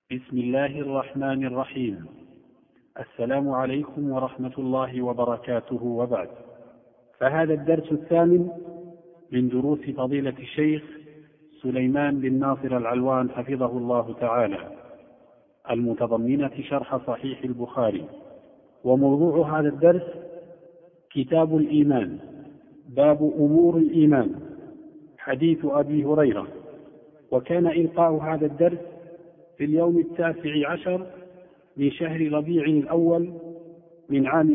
بسم الله الرحمن الرحيم. السلام عليكم ورحمة الله وبركاته، وبعد. فهذا الدرس الثامن من دروس فضيلة الشيخ سليمان بن ناصر العلوان حفظه الله تعالى، المتضمنة شرح صحيح البخاري. وموضوع هذا الدرس كتاب الإيمان، باب أمور الإيمان، حديث أبي هريرة. وكان إلقاء هذا الدرس في اليوم 19 من شهر ربيع الأول من عام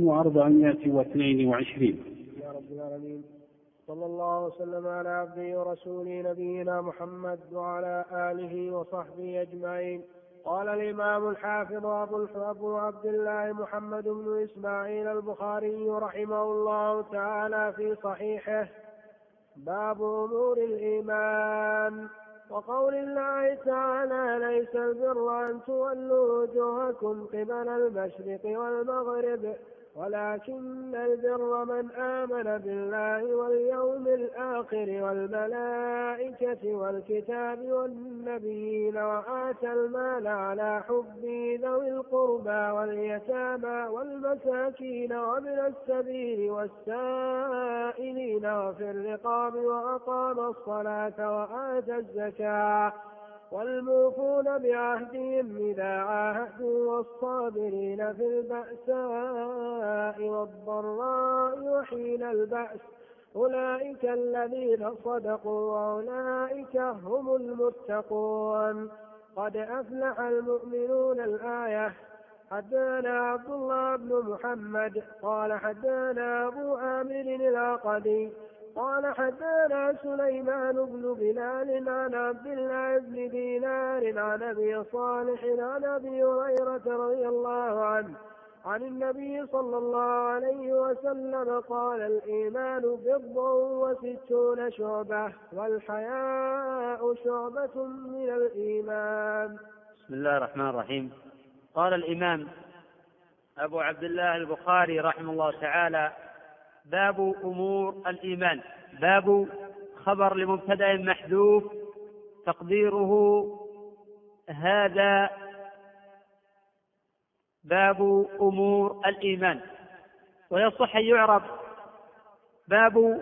1422. يا رب العالمين، صلى الله وسلم على عبده ورسوله نبينا محمد وعلى آله وصحبه أجمعين. قال الإمام الحافظ أبو عبد الله محمد بن إسماعيل البخاري رحمه الله تعالى في صحيحه: باب أمور الإيمان. وقول الله تعالى: ليس البر أن تولوا وجوهكم قبل المشرق والمغرب ولكن البر من آمن بالله واليوم الآخر والملائكة والكتاب والنبيين وآتى المال على حبه ذوي القربى واليتامى والمساكين وابن السبيل والسائلين وفي الرقاب وأقام الصلاة وآتى الزكاة والموفون بعهدهم إذا عاهدوا والصابرين في البأساء والضراء وحين البأس أولئك الذين صدقوا وأولئك هم المتقون. قد أفلح المؤمنون. الآية. حدثنا عبد الله بن محمد قال حدثنا أبو عامر العقدي قال حدثنا سليمان بن بلال عن عبد الله بن دينار عن أبي صالح عن أبي هريرة رضي الله عنه عن النبي صلى الله عليه وسلم قال: الإيمان 66 شعبة والحياء شعبة من الإيمان. بسم الله الرحمن الرحيم. قال الإمام أبو عبد الله البخاري رحمه الله تعالى: باب أمور الإيمان. باب خبر لمبتدأ محذوف تقديره هذا باب أمور الإيمان. ويصح أن يعرب باب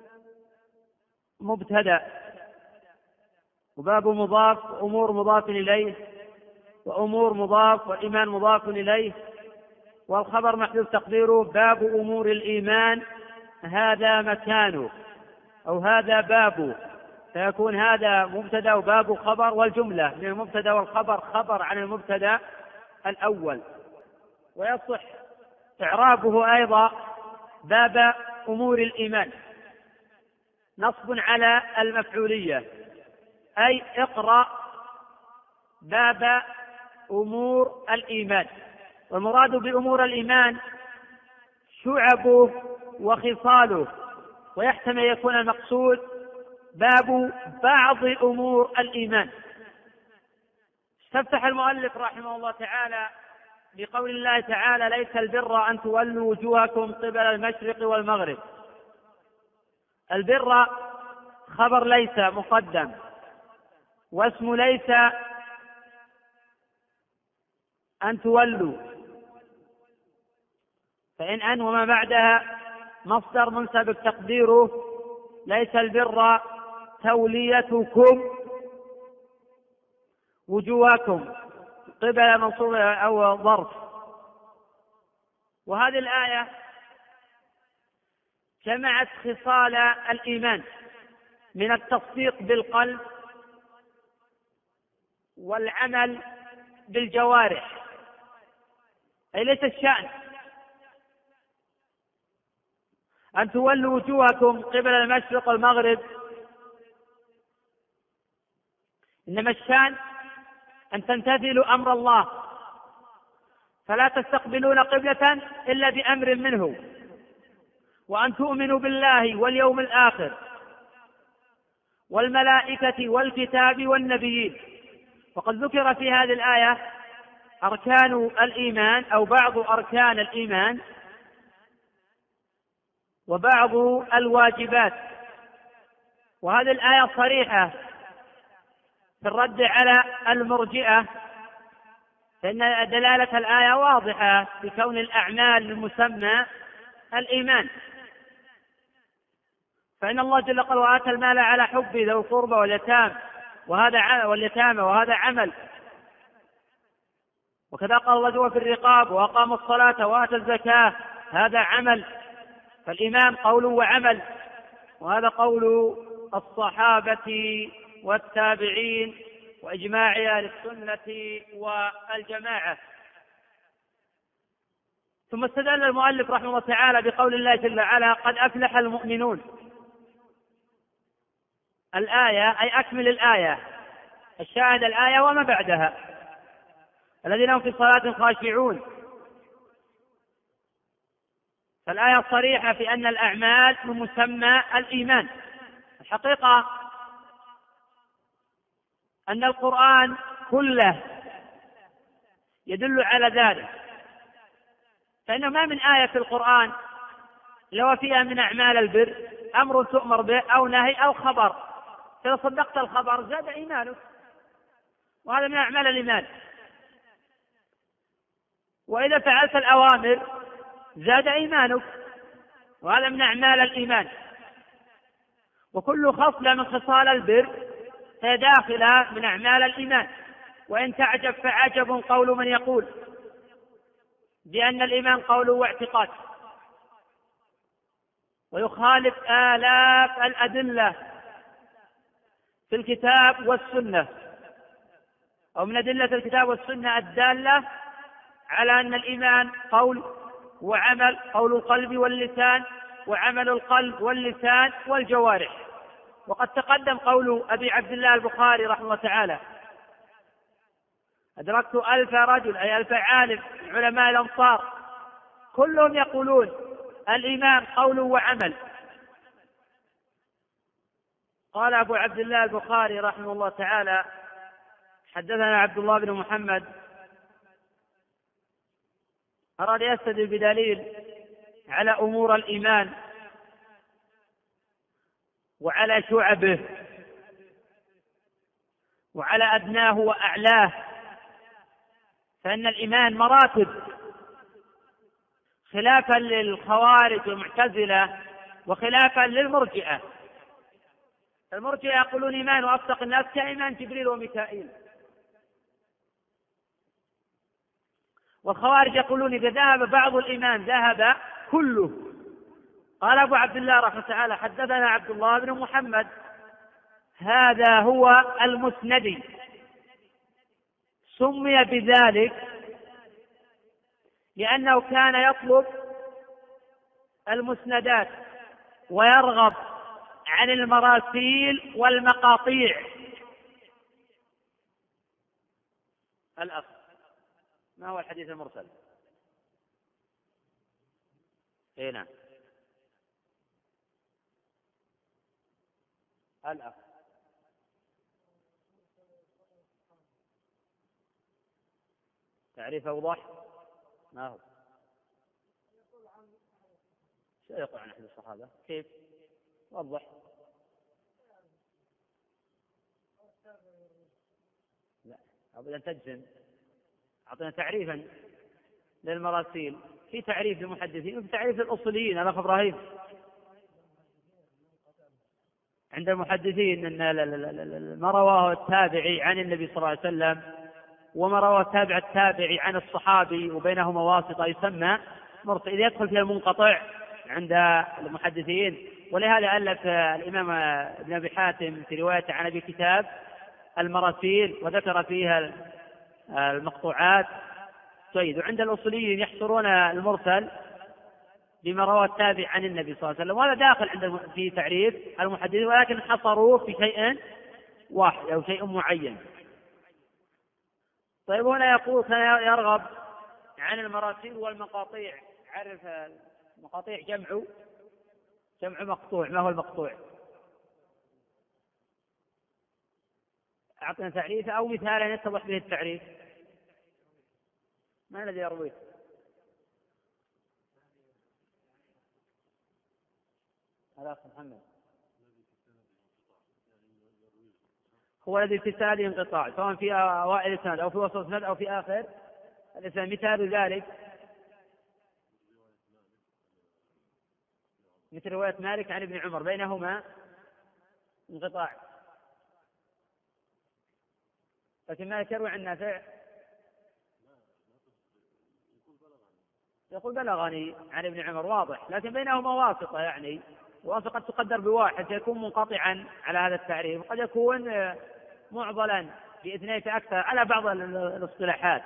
مبتدأ وباب مضاف، أمور مضاف إليه، وأمور مضاف، والإيمان مضاف إليه، والخبر محذوف تقديره باب أمور الإيمان هذا مكانه أو هذا بابه، فيكون هذا مبتدأ وباب خبر، والجملة من المبتدأ والخبر خبر عن المبتدأ الأول. ويصح إعرابه أيضا باب أمور الإيمان نصب على المفعولية، أي اقرأ باب أمور الإيمان. والمراد بأمور الإيمان شعبه وخصاله، ويحتمل يكون المقصود باب بعض أمور الإيمان. استفتح المؤلف رحمه الله تعالى بقول الله تعالى: ليس البر أن تولوا وجوهكم قبل المشرق والمغرب. البر خبر ليس مقدم، واسم ليس أن تولوا، فإن وما بعدها مصدر منسبك تقديره ليس البر توليتكم وجوهكم قبل منصوب أو ظرف. وهذه الآية جمعت خصال الإيمان من التصديق بالقلب والعمل بالجوارح، أي ليس الشأن أن تولوا وجوهكم قبل المشرق والمغرب، إنما الشأن أن تمتثلوا أمر الله، فلا تستقبلون قبلة إلا بأمر منه، وأن تؤمنوا بالله واليوم الآخر والملائكة والكتاب والنبيين. وقد ذكر في هذه الآية أركان الإيمان أو بعض أركان الإيمان وبعض الواجبات. وهذه الآية صريحة في الرد على المرجئة فإن دلالة الآية واضحة بكون الأعمال من مسمى الإيمان. فإن الله جل وعلا وآتى المال على حبه ذوي القربى واليتامى وهذا عمل. وكذا قال الله جل في الرقاب وأقام الصلاة وآتى الزكاة هذا عمل. فالإيمان قول وعمل، وهذا قول الصحابة والتابعين وإجماع أهل السنة والجماعة. ثم استدل المؤلف رحمه الله تعالى بقول الله جل وعلا قد أفلح المؤمنون. الآية أي أكمل الآية، الشاهد الآية وما بعدها، الذين هم في صلاة خاشعون. فالآية صريحة في أن الأعمال من مسمى الإيمان. الحقيقة أن القرآن كله يدل على ذلك، فإنه ما من آية في القرآن لو فيها من أعمال البر أمر تؤمر به أو نهي أو خبر، فإذا صدقت الخبر زاد إيمانك، وهذا من أعمال الإيمان. وإذا فعلت الأوامر زاد إيمانك، وهذا من أعمال الإيمان. وكل خصلة من خصال البر هي داخلة من أعمال الإيمان. وإن تعجب فعجب قول من يقول بأن الإيمان قول واعتقاد، ويخالف آلاف الأدلة في الكتاب والسنة، أو من أدلة الكتاب والسنة الدالة على أن الإيمان قول وعمل، قول القلب واللسان، وعمل القلب واللسان والجوارح. وقد تقدم قول أبي عبد الله البخاري رحمه الله تعالى: أدركت 1000 رجل أي 1000 عالم من علماء الأمصار كلهم يقولون الإيمان قول وعمل. قال أبو عبد الله البخاري رحمه الله تعالى: حدثنا عبد الله بن محمد. أراد يستدل بدليل على أمور الإيمان وعلى شعبه وعلى أدناه وأعلاه، فإن الإيمان مراتب، خلافا للخوارج والمعتزلة وخلافا للمرجئة. المرجئة يقولون إيمان وأصدق الناس كإيمان جبريل وميكائيل، والخوارج يقولون إذا ذهب بعض الإيمان ذهب كله. قال أبو عبد الله رحمه تعالى: حدثنا عبد الله بن محمد، هذا هو المسندي، سمي بذلك لأنه كان يطلب المسندات ويرغب عن المراسيل والمقاطيع. الأخ، ما هو الحديث المرسل؟ نعم، الأخ. تعريف أوضح؟ ما هو؟ شو يقول عن أحد الصحابة؟ كيف؟ وضح. لا، أبدا تجزم. أعطينا تعريفا للمراسيل. في تعريف للمحدثين وفي تعريف للأصوليين. الأخ إبراهيم، عند المحدثين أن ما رواه التابعي عن النبي صلى الله عليه وسلم وما رواه التابع التابعي عن الصحابي وبينهما واسطة يسمى مرسل، إذا يدخل فيها المنقطع عند المحدثين. ولهذا ألف الإمام ابن أبي حاتم في رواية عن أبي كتاب المراسيل وذكر فيها المقطوعات. جيد. وعند الأصوليين يحصرون المرسل بما رواه التابع عن النبي صلى الله عليه وسلم، وهذا داخل عند في تعريف المحدثين، ولكن حصروه في شيء واحد أو شيء معين. طيب، هنا يقول كان يرغب عن المراسيل والمقاطيع. عرف المقاطيع جمع مقطوع. ما هو المقطوع؟ أعطنا تعريف أو مثالا يتضح به التعريف. ما الذي يرويه؟ الأخ محمد. هو الذي في سنده انقطاع، سواء في أوائل السند أو في وسط السند أو في آخر مثال ذلك مثل رواية مالك عن ابن عمر بينهما انقطاع، لكن مالك يروي عن نافع يقول بلغني عن ابن عمر واضح، لكن بينهما واسطة، يعني واسطة قد تقدر بواحد فيكون منقطعا على هذا التعريف، وقد يكون معضلا باثنين فأكثر على بعض الاصطلاحات،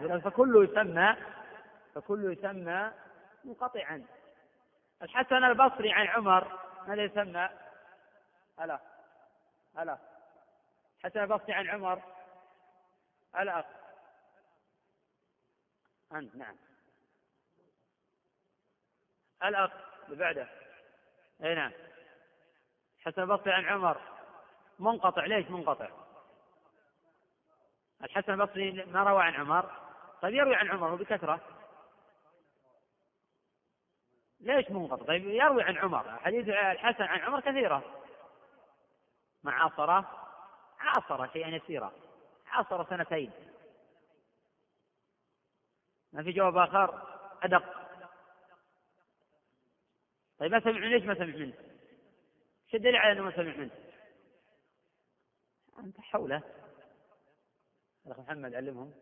فكله يسمى منقطعا. الحسن البصري عن عمر ماذا يسمى؟ ألا الحسن البصري عن عمر ألا أنت نعم الأخ اللي بعده أي نعم. الحسن البصري عن عمر منقطع. ليش منقطع؟ الحسن البصري ما روى عن عمر، طيب يروي عن عمر بكثرة، ليش منقطع؟ طيب يروي عن عمر، حديث الحسن عن عمر كثيرة، مع عاصرة شيئا يسيرا، عاصرة 2 سنين، ما في جواب آخر أدق. طيب ما سمع منه، ليش ما سمع منه؟ شو الدليل على أنه ما سمع منه؟ أنت حوله الأخ محمد علمهم.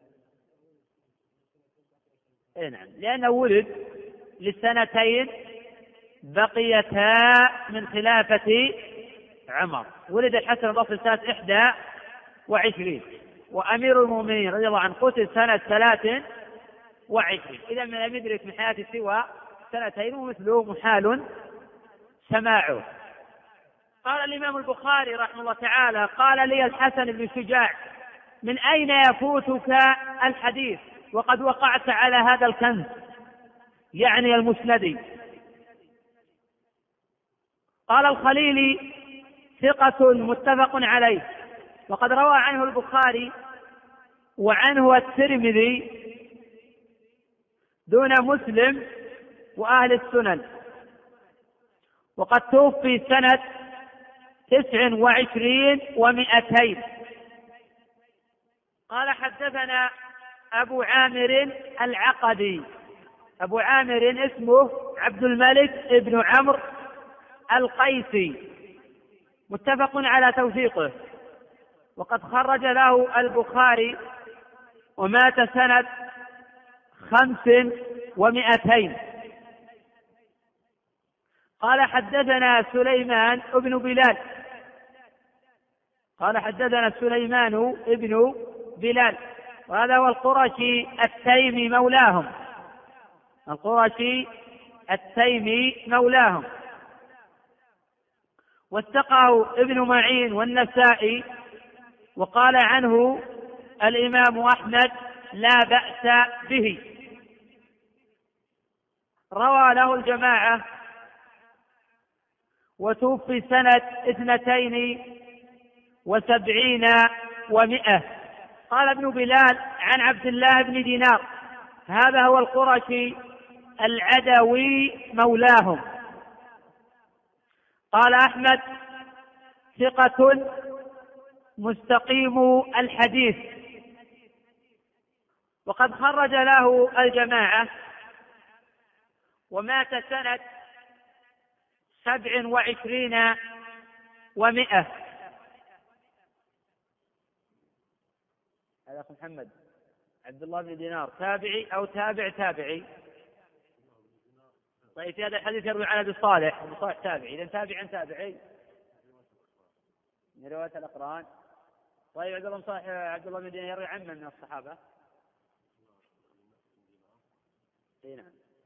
إيه نعم، لأنه ولد ل2 بقيتا من خلافة عمر. ولد الحسن البصري سنة 21، وأمير المؤمنين رضي الله عنه قتل سنة 23. إذا من لم يدرك من حياته سوى 2 ومثله محال سماعه. قال الإمام البخاري رحمه الله تعالى: قال لي الحسن بن شجاع: من أين يفوتك الحديث وقد وقعت على هذا الكنز، يعني المسندي؟ قال الخليلي: ثقة متفق عليه، وقد روى عنه البخاري وعنه الترمذي دون مسلم وأهل السنن، وقد توفي سنة 29 و200. قال: حدثنا أبو عامر العقدي. أبو عامر اسمه عبد الملك ابن عمرو القيسي، متفق على توثيقه، وقد خرج له البخاري، ومات سنة 500. قال: حدثنا سليمان ابن بلال. قال: حدثنا سليمان ابن بلال، وهذا هو القرشي التيمي مولاهم، القرشي التيمي مولاهم، واتقاه ابن معين والنسائي، وقال عنه الإمام أحمد: لا بأس به. روى له الجماعة، وتوفي سنة 72 و100. قال ابن بلال عن عبد الله بن دينار: هذا هو القرشي العدوي مولاهم. قال أحمد: ثقة مستقيم الحديث، وقد خرج له الجماعة، ومات سنة 27 و100. هذا أخو محمد عبد الله بن دينار تابعي أو تابعي؟ طيب في هذا الحديث يروي عن أبي صالح، أبو صالح تابعي، إذن تابعي من رواية الأقران. طيب عبد الله بن دينار يروي عن من الصحابة؟ نعم،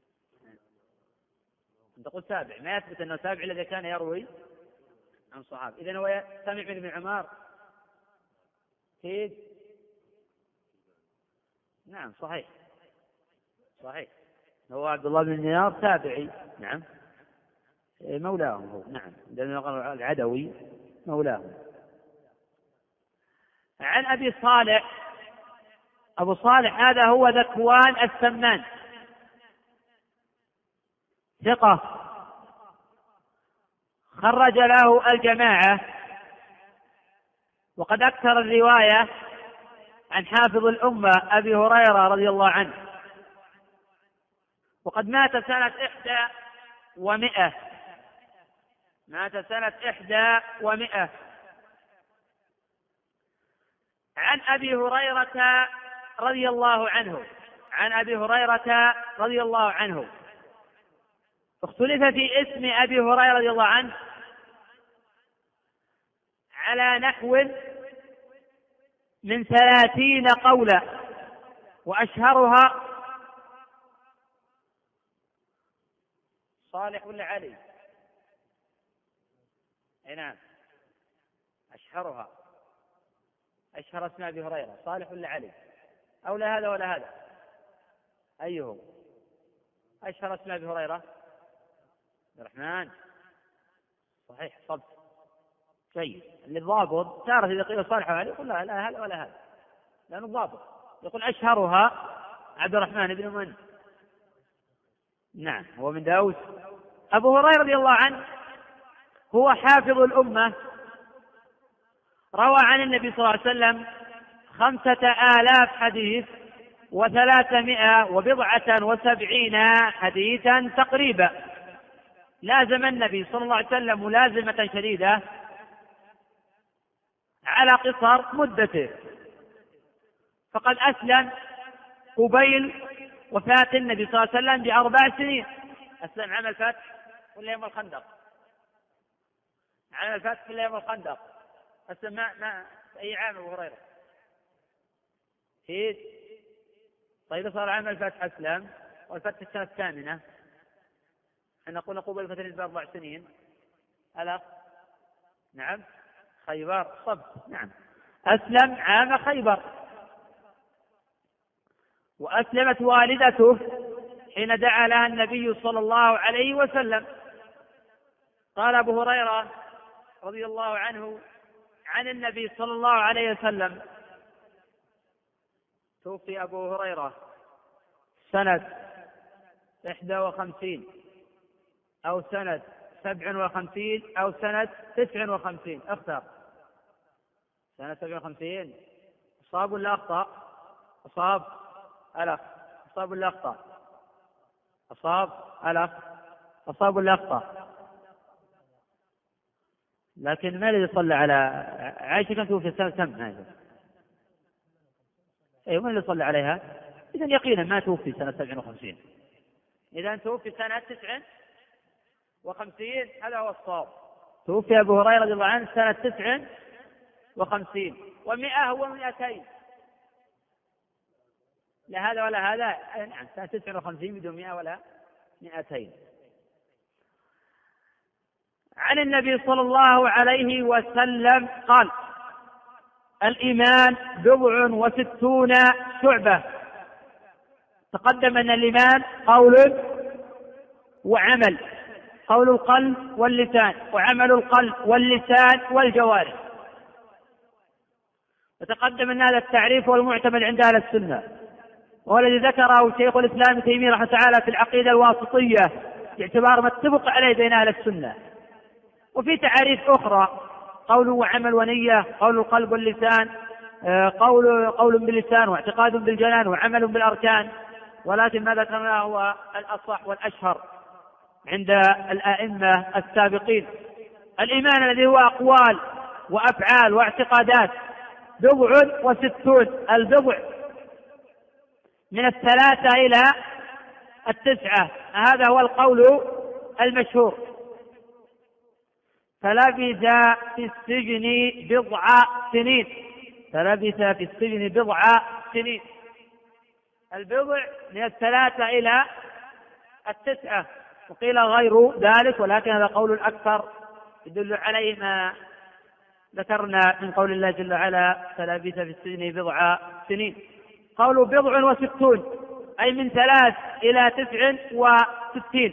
أنت قلت تابع، ما يثبت أنه تابع الذي كان يروي عن صحابة. إذن هو سمع من ابن عمر كيد؟ نعم صحيح، هو عبد الله بن دينار تابعي، نعم مولاهم هو، نعم لأنه قال العدوي مولاهم. عن أبي صالح. أبو صالح هذا هو ذكوان السمان، ثقة، خرج له الجماعة، وقد أكثر الرواية عن حافظ الأمة أبي هريرة رضي الله عنه، وقد مات سنة 100. مات سنة 100. عن أبي هريرة رضي الله عنه. عن أبي هريرة رضي الله عنه. اختلف في اسم أبي هريرة رضي الله عنه على نحو من 30 قولا، وأشهرها صالح ولا علي؟ نعم، أشهرها، أشهر اسم أبي هريرة صالح ولا علي؟ أو لا هذا ولا هذا؟ أيهم أشهر اسم أبي هريرة؟ عبد الرحمن. صحيح، صبت جيد. اللي الضابط تعرف إذا قيل صالح وعلي يقول لا هذا ولا هذا، لأنه الضابط يقول أشهرها عبد الرحمن بن من. نعم، هو من داوود. أبو هريرة رضي الله عنه هو حافظ الأمة، روى عن النبي صلى الله عليه وسلم 5000 حديث و370 حديثا تقريبا. لازم النبي صلى الله عليه وسلم ملازمة شديدة على قصر مدته، فقد أسلم قبيل وفاة النبي صلى الله عليه وسلم ب4 سنين. أسلم عام الفتح ولا يوم الخندق؟ عام الفتح ولا يوم الخندق؟ أسلم ما أي عام أبو هريرة؟ إيه؟ طيب صار عام الفتح أسلم، والفتح السنة 8. احنا قلنا قبيل فترة ب4 سنين. ألا نعم، خيبر صب. نعم، أسلم عام خيبر. وأسلمت والدته حين دعا لها النبي صلى الله عليه وسلم. قال أبو هريرة رضي الله عنه عن النبي صلى الله عليه وسلم: توفي أبو هريرة سنة 51 أو سنة 57 أو سنة 59. اختار. سنة 57. أصاب ولا أخطأ؟ أصاب الأخ. أصاب ولا أخطأ؟ أصاب الأخ. أصاب ولا أخطأ؟ لكن ما الذي صلى على عائشة؟ كانت توفي سنة كم هذا؟ أي من اللي صلى عليها؟ إذن يقينا ما توفي سنة 57. إذا توفي سنة 59. هذا هو الصواب. توفي أبو هريرة رضي الله عنه سنة 59. و100 هو 200. لا هذا ولا هذا. نعم، سنة 59 بدون 100 ولا 200. عن النبي صلى الله عليه وسلم قال: الإيمان 67 شعبة. تقدم أن الإيمان قول وعمل، قول القلب واللسان، وعمل القلب واللسان والجوارح. وتقدم أن هذا التعريف هو المعتمد عند أهل السنة، وهو الذي ذكره شيخ الإسلام ابن تيمية رحمه الله تعالى في العقيدة الواسطية باعتبار ما اتفق عليه بين أهل السنة. وفي تعاريف أخرى: قول وعمل ونية، قول القلب واللسان، قول باللسان واعتقاد بالجنان وعمل بالأركان. ولكن ما ذكرناه هو الأصح والأشهر عند الأئمة السابقين. الإيمان الذي هو أقوال وأفعال واعتقادات 67. البضع من 3 إلى 9. هذا هو القول المشهور. فلبث في السجن 9 سنين. فلبث في السجن 9 سنين. البضع من 3 إلى 9، وقيل غير ذلك، ولكن هذا قول الأكثر يدل عليه ما ذكرنا من قول الله جل وعلا: فلبث في السجن 9 سنين. قوله 67 أي من 3 إلى 69.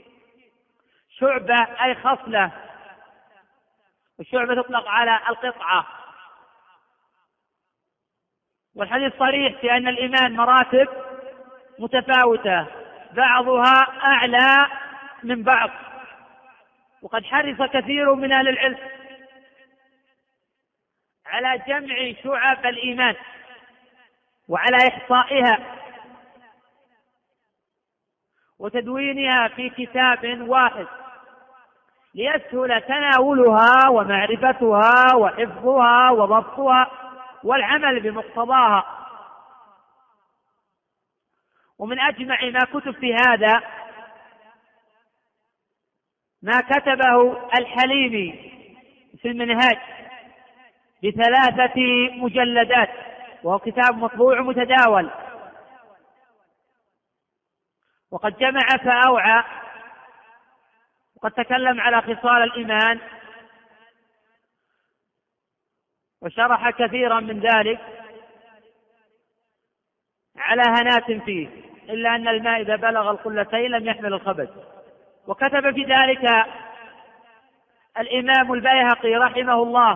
شعبة أي خصلة، والشعبة تطلق على القطعة. والحديث صريح في أن الإيمان مراتب متفاوتة بعضها أعلى من بعض، وقد حرص كثير من أهل العلم على جمع شعب الإيمان وعلى إحصائها. وتدوينها في كتاب واحد ليسهل تناولها ومعرفتها وحفظها وضبطها والعمل بمقتضاها. ومن أجمع ما كتب في هذا ما كتبه الحليمي في المنهاج ب3 مجلدات، وهو كتاب مطبوع متداول، وقد جمع فأوعى، وقد تكلم على خصال الإيمان وشرح كثيرا من ذلك على هنات فيه، إلا أن الماء إذا بلغ القلتين لم يحمل الخبث. وكتب في ذلك الإمام البيهقي رحمه الله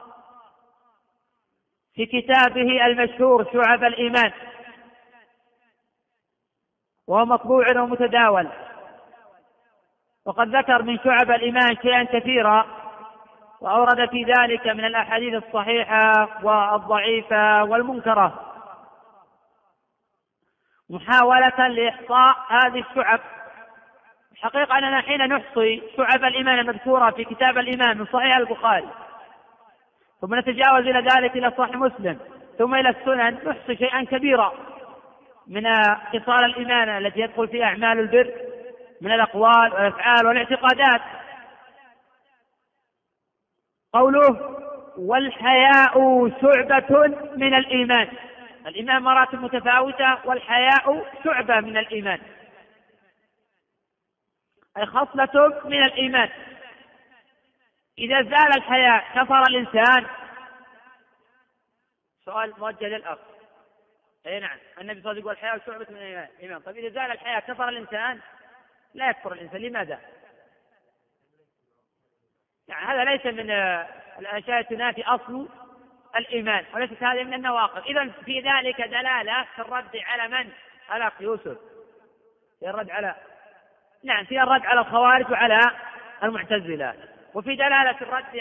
في كتابه المشهور شعب الإيمان، وهو مطبوع ومتداول، وقد ذكر من شعب الإيمان شيئا كثيرا، وأورد في ذلك من الأحاديث الصحيحة والضعيفة والمنكرة محاولة لإحصاء هذه الشعب. الحقيقة أننا حين نحصي شعب الإيمان المذكورة في كتاب الإيمان من صحيح البخاري، ثم نتجاوز إلى ذلك إلى صحيح مسلم، ثم إلى السنن، نحصي شيئا كبيرا من خصال الإيمان التي يدخل فيها أعمال البر من الأقوال والأفعال والاعتقادات. قوله والحياء شعبة من الإيمان، الإيمان مراتب متفاوتة، والحياء شعبة من الإيمان، أي خصلة من الإيمان. إذا زال الحياء كفر الإنسان. سؤال موجه للأخ. أي نعم، النبي صلى الله عليه وسلم يقول الحياء شعبة من الإيمان. طيب إذا زال الحياء كفر الإنسان؟ لا يكفر الإنسان. لماذا؟ يعني هذا ليس من الأشياء تنافي أصل الإيمان، وليست هذه من النواقض. إذن في ذلك دلالة في الرد على من؟ على أخ يوسف، في الرد على في الرد على الخوارج وعلى المعتزلة، وفي دلالة الرد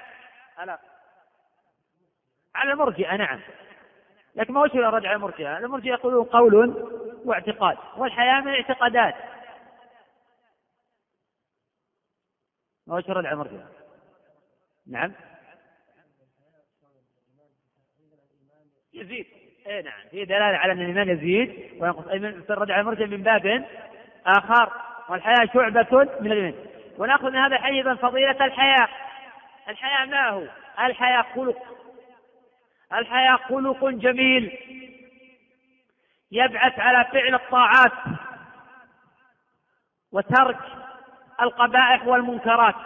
على المرجئة. نعم، لكن ما وجه الرد على المرجئة؟ المرجئة يقولون قول واعتقاد، والحياة من الاعتقادات. ما وجه الرد على المرجئة؟ نعم، يزيد. نعم، في دلالة على أن الإيمان يزيد وينقص. في الرد على المرجئة من باب آخر، والحياة شعبة من الإيمان. ونأخذ من هذا حيزا فضيلة الحياة. الحياة ما هو؟ الحياة خلق، الحياة خلق جميل يبعث على فعل الطاعات وترك القبائح والمنكرات،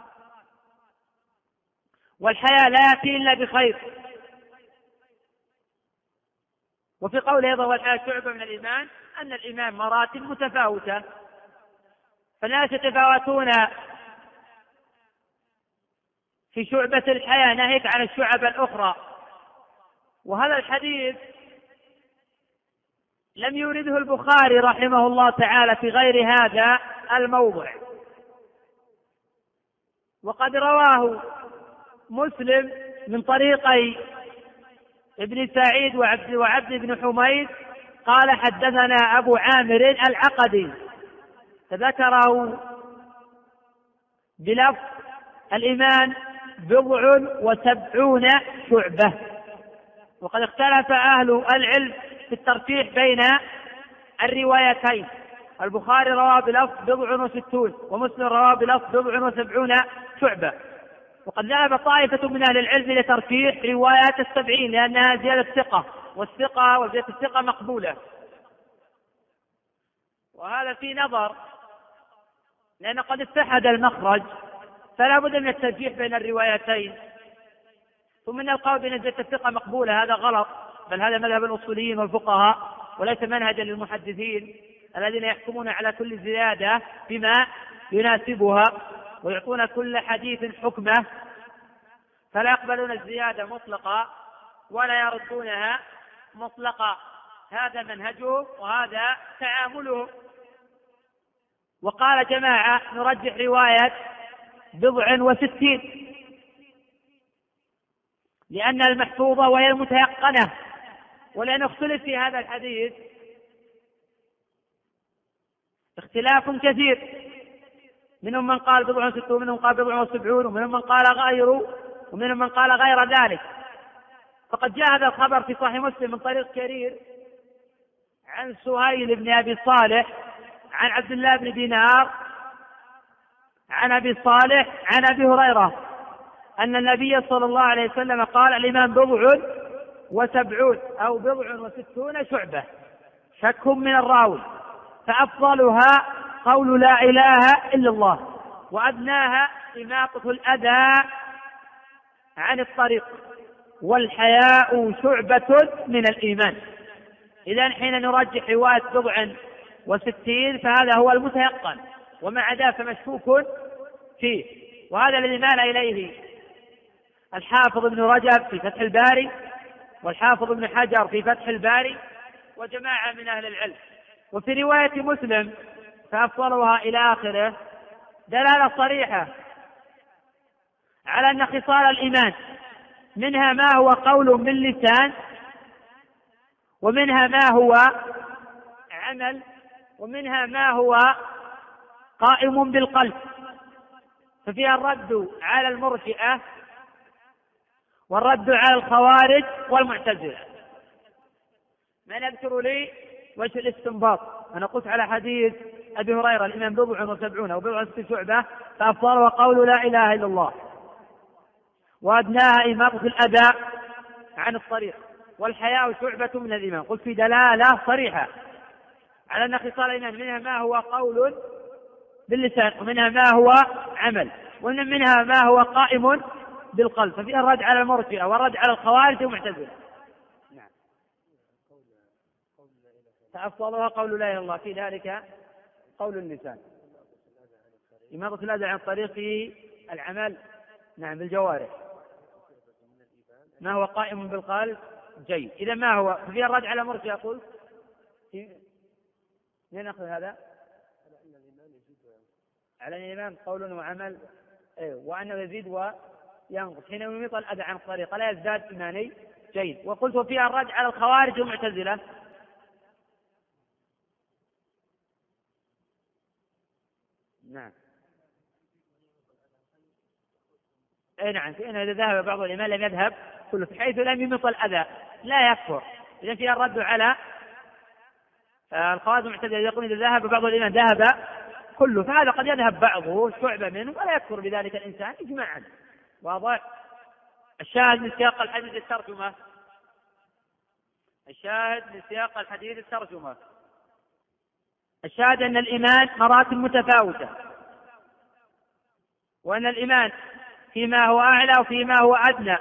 والحياة لا يأتي إلا بخير. وفي قوله أيضا والحياة شعبة من الإيمان، أن الإيمان مراتب متفاوتة، فالناس يتفاوتون في شعبة الحياة ناهيك عن الشعب الأخرى. وهذا الحديث لم يورده البخاري رحمه الله تعالى في غير هذا الموضع، وقد رواه مسلم من طريقي ابن سعيد وعبد بن حميد قال حدثنا أبو عامر العقدي، فذكره بلفظ الإيمان 70 شعبة. وقد اختلف أهل العلم في الترجيح بين الروايتين، البخاري رواه بلفظ 60 ومسلم رواه بلفظ 70 شعبة. وقد ذهب طائفة من أهل العلم لترجيح روايات 70 لأنها زيادة ثقة، والثقة وزيادة الثقة مقبولة، وهذا في نظر، لأن قد اتحد المخرج، فلا بد من الترجيح بين الروايتين. ثم ان القول بان زيادة الثقة مقبولة هذا غلط، بل هذا مذهب الأصوليين والفقهاء، وليس منهجا للمحدثين الذين يحكمون على كل زيادة بما يناسبها ويعطون كل حديث حكمه، فلا يقبلون الزيادة مطلقة ولا يردونها مطلقة. هذا منهجهم وهذا تعاملهم. وقال جماعة نرجح رواية 60 لأن المحفوظة وهي المتيقنة، ولأن اختلف في هذا الحديث اختلاف كثير، منهم من قال 64 ومنهم قال 74 ومنهم من قال غيره ومنهم من قال غير ذلك. فقد جاء هذا الخبر في صحيح مسلم من طريق كرير عن سهيل بن أبي صالح عن عبد الله بن دينار عن أبي صالح عن أبي هريرة أن النبي صلى الله عليه وسلم قال: الإيمان 70 أو 60 شعبة، شك من الراوي، فأفضلها قول لا إله إلا الله، وأدناها إماطة الأذى عن الطريق، والحياء شعبة من الإيمان. إذن حين نرجح رواية 67 فهذا هو المتيقن، وما عداه فمشكوك فيه، وهذا الذي مال إليه الحافظ ابن رجب في فتح الباري والحافظ ابن حجر في فتح الباري وجماعة من أهل العلم. وفي رواية مسلم فأفضلها إلى آخره دلالة صريحة على أن خصال الإيمان منها ما هو قول باللسان، ومنها ما هو عمل، ومنها ما هو قائم بالقلب، ففيها الرد على المرجئة والرد على الخوارج والمعتزلة. من يذكر لي وجه الاستنباط؟ أنا قلت على حديث أبي هريرة الإيمان 70 أو 60 شعبة، فأفضلها قول لا إله إلا الله، وأدناها إماطة الأذى عن الطريق، والحياء شعبة من الإيمان. قلت في دلالة صريحة على أن خصال الإيمان منها ما هو قول باللسان، ومنها ما هو عمل، ومنها ما هو قائم بالقلب، ففيها الرد على المرجئة والرد على الخوارج والمعتزلة. نعم. فأفضلها قول لا إله إلا الله، في ذلك قول اللسان، إماطة الأذى عن الطريق في العمل، نعم، بالجوارح، ما هو قائم بالقلب. جيد. إذا ما هو ففيها الرد على المرجئة. أقول من نأخذ هذا على الإيمان قول وعمل، وأنه يزيد وينقص حين يميط الأذى عن الطريق لا يزداد إيماني. جيد. وقلت فيها الرد على الخوارج والمعتزلة. نعم. نعم، فإن إذا ذهب بعض الإيمان لم يذهب كله، بحيث لم يميط الأذى لا يكفر. إذا فيها الرد على الخوارج والمعتزلة يقول إذا ذهب بعض الإيمان ذهب كله، فهذا قد يذهب بعضه شعبة منه ولا يكفر بذلك الإنسان إجماعا. واضح؟ الشاهد من سياق الحديث الترجمة، الشاهد من سياق الحديث الترجمة، الشاهد أن الإيمان مراتب متفاوتة، وأن الإيمان فيما هو أعلى وفيما هو أدنى.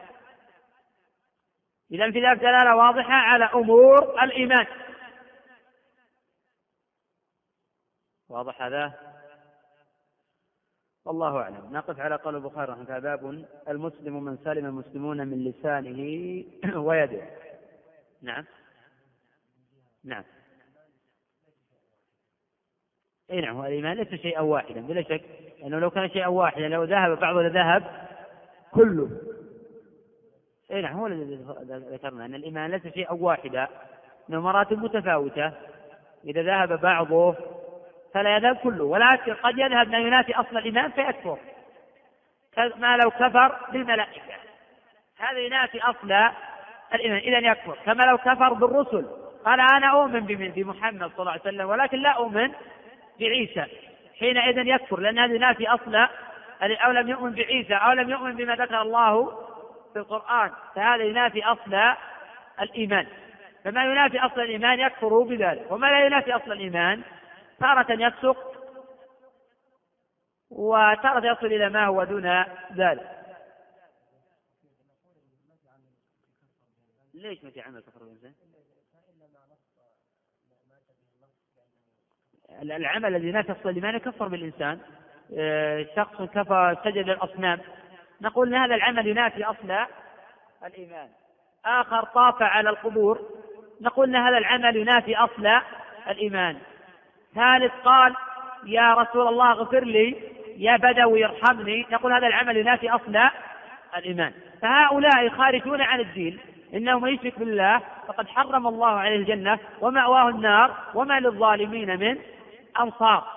إذن في ذلك دلالة واضحة على أمور الإيمان. واضح هذا؟ والله أعلم. نقف على قول البخاري رحمه الله: باب المسلم من سلم المسلمون من لسانه ويده. نعم. نعم. اي نعم، الإيمان ليس شيئا واحدا بلا شك، لأنه لو كان شيئا واحدا لو ذهب بعضه لذهب كله. اي نعم، هو الذي ذكرنا أن الإيمان ليس شيئا واحدا، إنه مراتب متفاوتة، إذا ذهب بعضه فلا يذهب كله، ولكن قد يذهب ما ينافي أصل الإيمان فيكفر، ما لو كفر بالملائكة، هذا ينافي أصل الإيمان إذن يكفر. كما لو كفر بالرسل، قال أنا أؤمن بمحمد صلى الله عليه وسلم ولكن لا أؤمن بعيسى، حينئذ يكفر، لأن هذا ينافي أصل، أو لم يؤمن بعيسى أو لم يؤمن بما ذكر الله في القرآن، فهذا ينافي أصل الإيمان. فما ينافي أصل الإيمان يكفر بذلك، وما لا ينافي أصل الإيمان تارة يفسق وتارة يصل إلى ما هو دون ذلك. ليش ما في عمل كفر الإنسان؟ العمل الذي ينافي أصل الإيمان يكفر بالإنسان. شخص كفر سجد للأصنام، نقول أن هذا العمل ينافي أصل الإيمان. آخر طاف على القبور، نقول أن هذا العمل ينافي أصل الإيمان. ثالث قال يا رسول الله اغفر لي، يا بدوي ارحمني، نقول هذا العمل ينافي أصل الإيمان. فهؤلاء خارجون عن الدين، إنه من يشرك بالله فقد حرم الله عليه الجنة ومأواه النار وما للظالمين من أنصار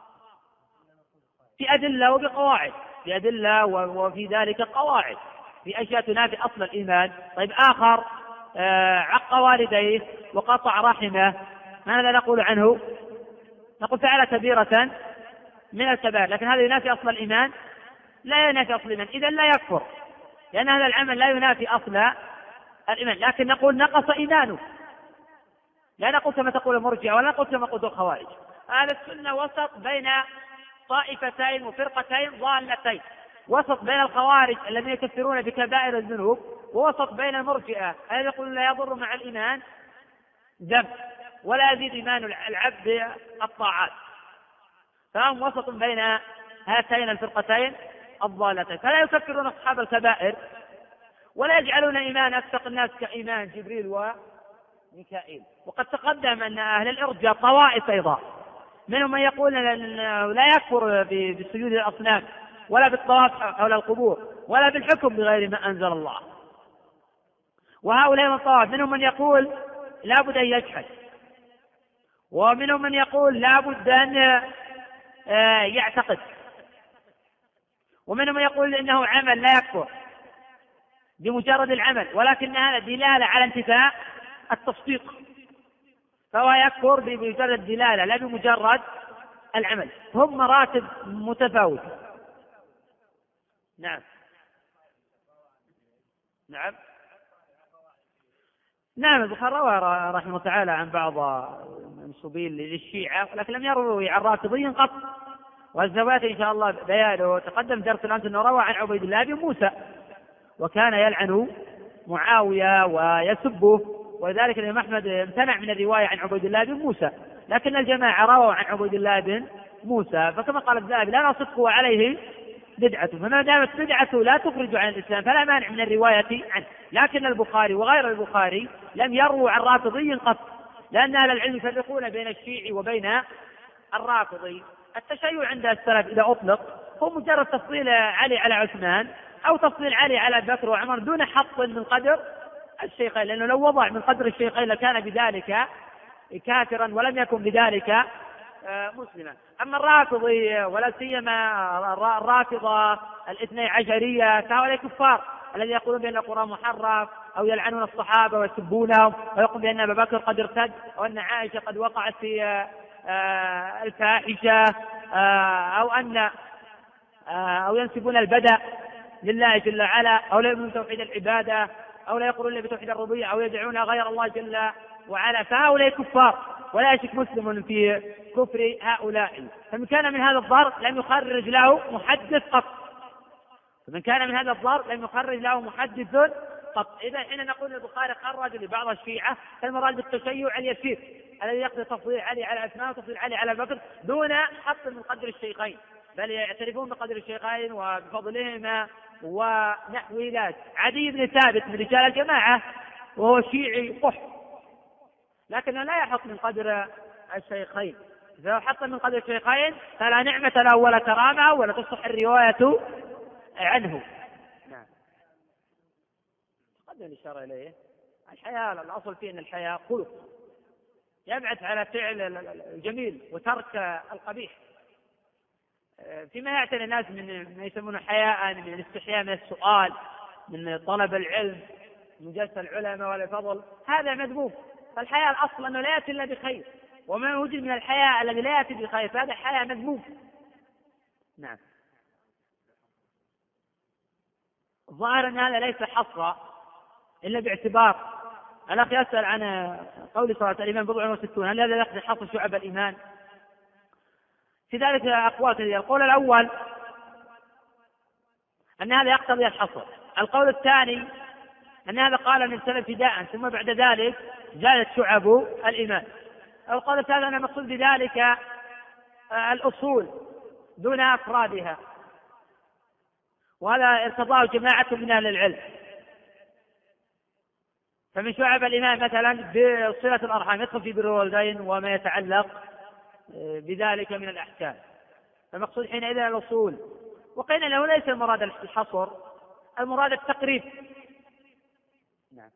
في أدلة وبقواعد، في أدلة وفي ذلك قواعد، في أشياء تنافي أصل الإيمان. طيب آخر عق والديه وقطع رحمه، ماذا نقول عنه؟ نقول فعل كبيرة من الكبائر، لكن هذا ينافي أصل الإيمان؟ لا ينافي أصل الإيمان، إذن لا يكفر، لأن هذا العمل لا ينافي أصل الإيمان، لكن نقول نقص إيمانه، لا نقول كما تقول المرجئة ولا نقول كما تقول الخوارج. هذا السنة وسط بين طائفتين وفرقتين ضالتين، وسط بين الخوارج الذين يكفرون بكبائر الذنوب، ووسط بين المرجئة الذين يقولون لا يضر مع الإيمان ذنب ولا يزيد إيمان العبد بالطاعات، فهم وسط بين هاتين الفرقتين الضالتين، فلا يكفرون أصحاب الكبائر ولا يجعلون إيمان أكثر الناس كإيمان جبريل وميكائيل. وقد تقدم أن أهل الإرجاء طوائف أيضا، منهم من يقول لا يكفر بالسجود للأصنام ولا بالطواف حول القبور ولا بالحكم بغير ما أنزل الله، وهؤلاء من الطوائف منهم من يقول لا بد أن يجحد، ومنهم من يقول لا بد أن يعتقد، ومنهم من يقول إنه عمل لا يكفر بمجرد العمل، ولكنها دلالة على انتفاء التصديق، فهو يكفر بمجرد دلالة لا بمجرد العمل. هم مراتب متفاوتة. نعم نعم نعم البخاري روى رحمه الله تعالى عن بعض منسوبين للشيعة، ولكن لم يروي عن رافضي قط، والزوات إن شاء الله بيانه تقدم درس الأمس أنه روى عن عبيد الله بن موسى وكان يلعن معاوية ويسبه، ولذلك الإمام أحمد امتنع من الرواية عن عبيد الله بن موسى، لكن الجماعة رووا عن عبيد الله بن موسى، فكما قال الذهبي لا نصدق عليه بدعته، فما دامت بدعته لا تخرج عن الإسلام فلا مانع من الرواية عنه. لكن البخاري وغير البخاري لم يروا عن رافضي قط، لأن أهل العلم يفرقون بين الشيعي وبين الرافضي. التشيع عند السلف إذا أطلق هو مجرد تفضيل علي على عثمان أو تفضيل علي على بكر وعمر دون حط من قدر الشيخين، لأنه لو وضع من قدر الشيخين لكان بذلك كافرا ولم يكن بذلك مسلما. أما الرافضي ولا سيما الرافضة الاثني عشرية فهؤلاء كفار الذين يقولون بأن القرآن محرف أو يلعنون الصحابة ويسبونهم ويقولون بأن أبا بكر قد ارتد أو أن عائشة قد وقعت في الفاحشة أو ينسبون البدء لله جل وعلا أو لا يؤمنون توحيد العبادة أو لا يقولون بتوحيد الربوبية أو يدعون غير الله جل وعلا، فهؤلاء كفار ولا يشك مسلم في كفر هؤلاء. فمن كان من هذا الضرب لم يخرج له محدث قط، فمن كان من هذا الضرب لم يخرج له محدث قط. إذا حين نقول البخاري خرج لبعض الشيعة فالمراد بالتشيع اليسير الذي يقضي تفضيل علي على عثمان وتفضيل علي على بكر دون حط من قدر الشيخين، بل يعترفون بقدر الشيخين وبفضلهما ونحو ذلك. عدي بن ثابت من رجال الجماعة وهو شيعي قح، لكنه لا يحط من قدر الشيخين، إذا حط من قدر الشيخين فلا نعمة له ولا كرامة ولا تصح الرواية عنه. نعم قد الإشارة إليه الحياة، الأصل فيه أن الحياة خلق يبعث على فعل الجميل وترك القبيح، فيما يعتني الناس من ما يسمونه حياء، من الاستحياء من السؤال، من طلب العلم، من جلسة العلماء والفضل، هذا مذموم. فالحياء الأصل أنه لا يأتي إلا بخير، وما وجد من الحياء الذي لا يأتي بخير فهذا حياء مذموم. نعم ظاهر أن هذا ليس حصرا إلا باعتبار الأخ يسأل عن قول صلاة الإيمان بضع وستون، هل هذا يقضي حصر شعب الإيمان؟ في ذلك أقوال كثيرة. القول الأول أن هذا يقتضي الحصر، القول الثاني أن هذا قال من سلف ابتداء ثم بعد ذلك زادت شعب الإيمان، القول الثالث أن المقصود بذلك الأصول دون أفرادها، وهذا ارتضاه جماعة من أهل العلم. فمن شعب الإيمان مثلا بصلة الأرحام يدخل في بر الوالدين وما يتعلق بذلك من الأحكام، فالمقصود حينئذ الأصول. وقيل له ليس المراد الحصر، المراد التقريب. نعم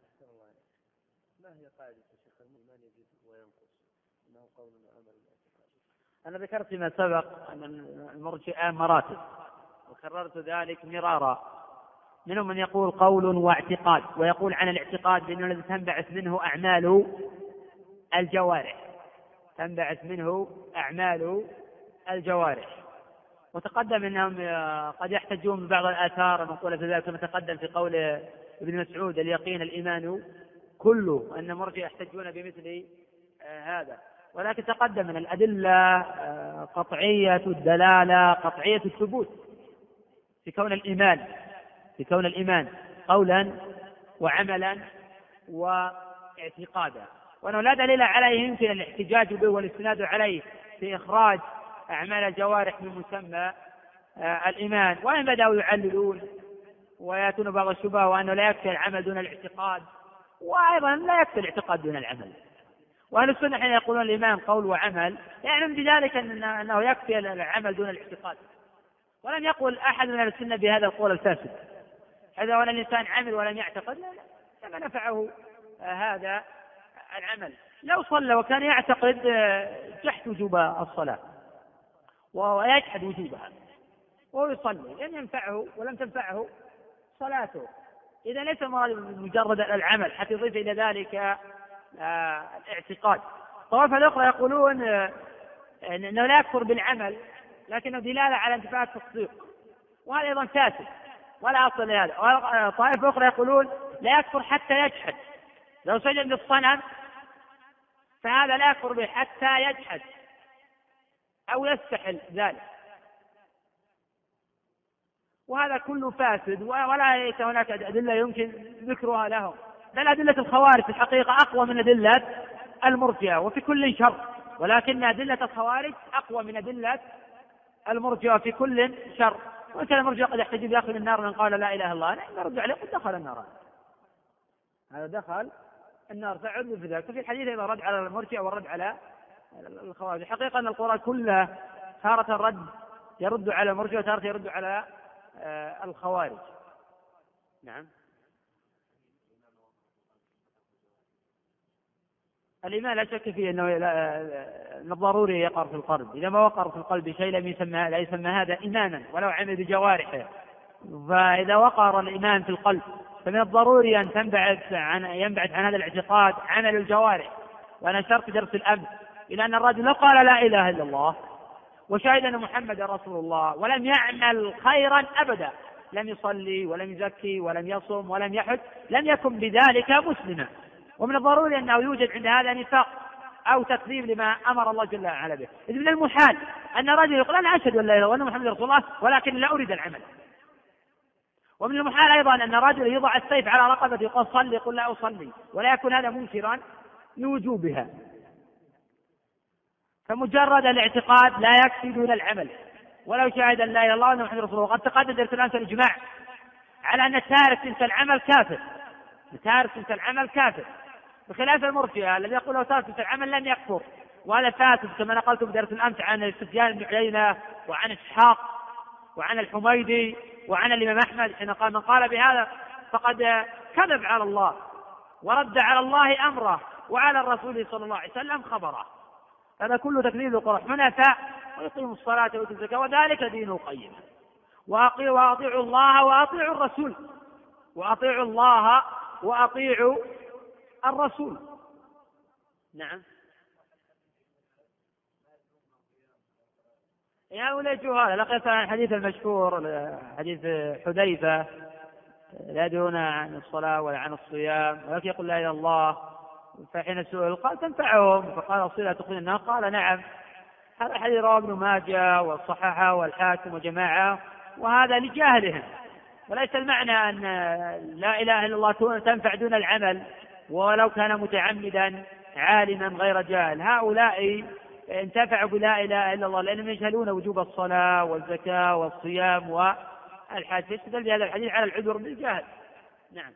ما هي قاعدة الشيخ الإيمان يزيد وينقص؟ إنه قول عمل الاعتقاد. أنا ذكرت فيما سبق أن المرجئة مراتب، وكررت ذلك مرارا. منهم من يقول قول واعتقاد، ويقول عن الاعتقاد بأنه الذي تنبعث منه أعمال الجوارح، تنبعث منه أعمال الجوارح. وتقدم أنهم قد يحتجون ببعض الآثار المنقولة في ذلك، كما تقدم في قول ابن مسعود اليقين الإيمان كله، أن مرجئة يحتجون بمثل هذا. ولكن تقدم من الأدلة قطعية الدلالة قطعية الثبوت في كون الإيمان قولا وعملا واعتقادا، وأنه لا دليل عليه يمكن الاحتجاج به والاستناد عليه في إخراج أعمال الجوارح من مسمى الإيمان. وإن بدأوا يعللون ويأتون بعض الشبهة وأنه لا يكفي العمل دون الاعتقاد، وأيضا لا يكفي الاعتقاد دون العمل. وأهل السنة حين يقولون الإيمان قول وعمل يعلم بذلك أنه يكفي العمل دون الاعتقاد. ولم يقل أحد من أهل السنة بهذا القول الفاسد، إذا ولا الإنسان عمل ولم يعتقد لما نفعه هذا العمل. لو صلى وكان يعتقد جحد وجوب الصلاة ويجحد وجوبها وهو يصلي لم ينفعه ولم تنفعه صلاته، إذا ليس مجرد العمل حتى يضيف إلى ذلك الاعتقاد. طوائف الأخرى يقولون أنه لا يكفر بالعمل لكنه دلالة على انتفاء التصديق، وهذا أيضا فاسد ولا أصل لهذا. طائفة أخرى يقولون لا يكفر حتى يجحد، لو سجد للصنم فهذا لا يكفر به حتى يجحد أو يستحل ذلك، وهذا كله فاسد ولا ليس هناك أدلة يمكن ذكرها لهم. بل أدلة الخوارج في الحقيقة أقوى من أدلة المرجئة وفي كل شر، ولكن أدلة الخوارج أقوى من أدلة المرجئة في كل شر. وكان المرجئة قد يحتج بداخل النار من قال لا إله إلا الله، نرد عليه قد دخل النار، هذا دخل النار فعلوا في ذلك. ففي الحديث أيضا رد على المرجئة والرد على الخوارج. الحقيقة أن القرآن كله تارة الرد يرد على المرجئة وتارة يرد على الخوارج. نعم. الإيمان لا شك فيه أنه ضروري يقر في القلب، إذا ما وقر في القلب شيء لا يسمى هذا إيمانا ولو عمل بجوارحه. فإذا وقر الإيمان في القلب فمن الضروري أن ينبعث عن هذا الاعتقاد عمل الجوارح. وأنا أشرت في درس الأمس إلى أن الرجل لو قال لا إله إلا الله وشهد أن محمد رسول الله ولم يعمل خيرا أبدا، لم يصلي ولم يزكي ولم يصم ولم يحج، لم يكن بذلك مسلما. ومن الضروري أنه يوجد عند هذا نفاق أو تكذيب لما أمر الله جل وعلا به. إذ من المحال أن رجل يقول أنا أشهد أن لا إله إلا الله وأن محمد رسول الله ولكن لا أريد العمل. ومن المحال أيضا أن رجل يضع السيف على رقبته يقول صلي يقول لا أصلي، ولا يكون هذا منكرا لوجوبها. فمجرد الاعتقاد لا يكفي دون العمل، ولو شهد أن لا إله إلا الله وأن محمد رسول الله. قد تقدم درس الأمس الإجماع على أن تارك تلك العمل كافر، تارك تلك العمل كافر، بخلاف المرجئة الذي يقول لو تارك تلك العمل لم يكفر، وهذا فاسد كما نقلت في درس الأمس عن سفيان بن عيينة وعن إسحاق وعن الحميدي وعن الإمام أحمد حين قال من قال بهذا فقد كذب على الله ورد على الله أمره وعلى الرسول صلى الله عليه وسلم خبره. هذا كله تكذيب القرآن. حنفاء ويقيموا الصلاة ويؤتوا الزكاة وذلك دين القيم. وأطيعوا الله وأطيعوا الرسول، وأطيعوا الله وأطيعوا الرسول. نعم. هؤلاء جهال. لقيت عن الحديث المشهور حديث حذيفة لا يدرون عن الصلاة ولا عن الصيام ولكن يقول لا إله إلا الله، فحين سئل قال تنفعهم فقال الصلاة تقول النار قال نعم. هذا الحديث رواه ابن ماجه والصححة والحاكم وجماعة، وهذا لجاهلهم، وليس المعنى أن لا إله إلا الله تنفع دون العمل ولو كان متعمدا عالما غير جاهل. هؤلاء انتفعوا بلا إله إلا الله لأنهم يجهلون وجوب الصلاة والزكاة والصيام والحج، يستدل بهذا الحديث على العذر بالجهل. نعم.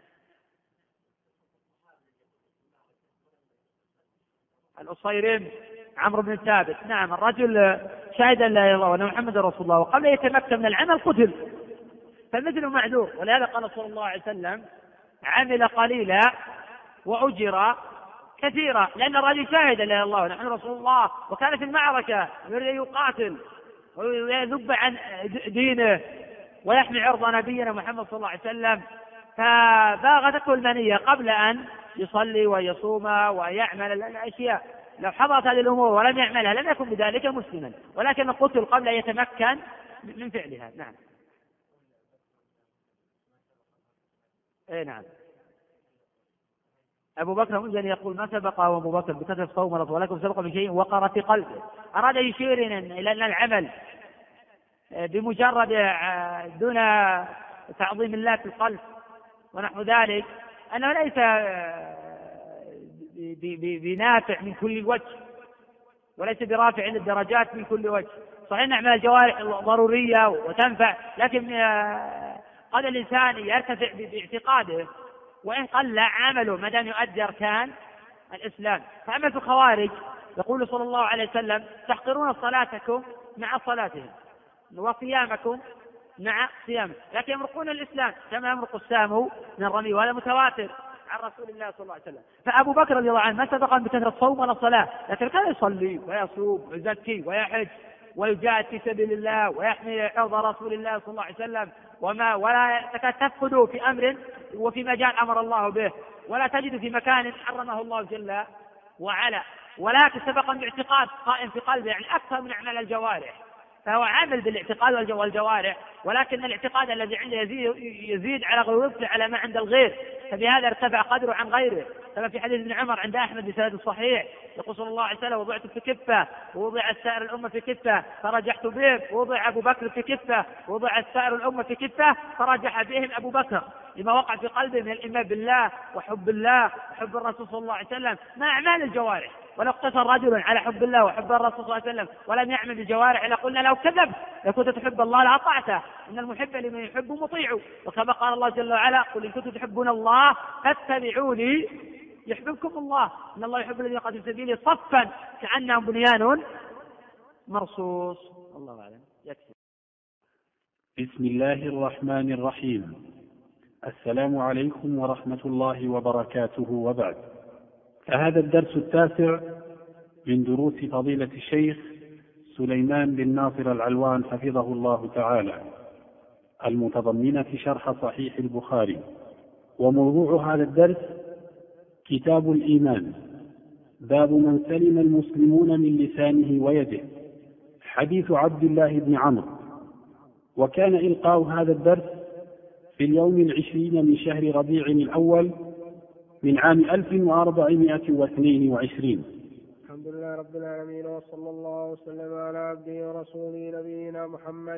الأصيرم عمرو بن ثابت، نعم، الرجل شهد أن لا إله إلا الله وأن محمد رسول الله وقبل يتمكن من العمل قتل، فالمثل معذور. ولهذا قال صلى الله عليه وسلم عمل قليلا وأجر كثيرة، لأن الرجل شاهد لا الله نحن رسول الله، وكان في المعركة يريد أن يقاتل ويذب عن دينه ويحمي عرض نبينا محمد صلى الله عليه وسلم، فباغته المنية قبل أن يصلي ويصوم ويعمل الأشياء. لو حضرت هذه الأمور ولم يعملها لم يكن بذلك مسلما، ولكن قتل قبل أن يتمكن من فعلها. نعم. نعم. أبو بكر مزني يقول ما سبقه أبو بكر بكثرة صوم ولكن سبق بشيء وقر في قلبه. أراد يشير إلى أن العمل بمجرد دون تعظيم الله في القلب ونحو ذلك أنه ليس بنافع من كل وجه، وليس برافع للدرجات من كل وجه. صحيح أن أعمال الجوارح ضرورية وتنفع، لكن قد الإنسان يرتفع باعتقاده وإن قل عمله ما دام يؤدي أركان الإسلام. فأما في الخوارج يقول صلى الله عليه وسلم تحقرون صلاتكم مع صلاتهم وصيامكم مع صيامه، لكن يمرقون الإسلام كما يمرق السام من الرمي، وهذا متواتر عن رسول الله صلى الله عليه وسلم. فأبو بكر رضي الله عنه ما سبق بكثرة صوم ولا صلاة، لكن كان يصلي ويصوم ويزكي ويحج ويجاهد في سبيل الله ويحمي عرض رسول الله صلى الله عليه وسلم، ولا تفقد في أمر وفي مجال أمر الله به، ولا تجد في مكان حرمه الله جل وعلا، ولكن سبق باعتقاد قائم في قلبه، يعني أكثر من أعمال الجوارح، فهو عامل بالاعتقاد والجوارح، ولكن الاعتقاد الذي عنده يزيد على غيره على ما عند الغير، فبهذا ارتفع قدره عن غيره. كما في حديث ابن عمر عند أحمد بسند صحيح يقول صلى الله عليه وسلم وضعت في كفة ووضع السائر الأمة في كفة فرجحت بهم، ووضع أبو بكر في كفة ووضع السائر الأمة في كفة فرجح بهم أبو بكر، لما وقع في قلبه من الإيمان بالله وحب الله وحب الرسول صلى الله عليه وسلم مع أعمال الجوارح. ولو اقتصر رجل على حب الله وحب الرسول صلى الله عليه وسلم ولم يعمل بالجوارح لقلنا لو كذب لكنت تحب الله لأطعته، إن المحب لمن يحب مطيع، وكما قال الله جل وعلا قل إن كنتم تحبون الله فاتبعوني يحببكم الله إن الله يحب الذين يقاتلون في سبيله صفا كأنهم بنيان مرصوص. الله أعلم. يكفي. بسم الله الرحمن الرحيم. السلام عليكم ورحمة الله وبركاته، وبعد، فهذا الدرس التاسع من دروس فضيلة الشيخ سليمان بن ناصر العلوان حفظه الله تعالى، المتضمنة شرح صحيح البخاري. وموضوع هذا الدرس كتاب الإيمان، باب من سلم المسلمون من لسانه ويده، حديث عبد الله بن عمرو. وكان إلقاء هذا الدرس في اليوم 20 من شهر ربيع الأول من عام 1422. الحمد لله رب العالمين، وصلى الله وسلم على عبده ورسوله نبينا محمد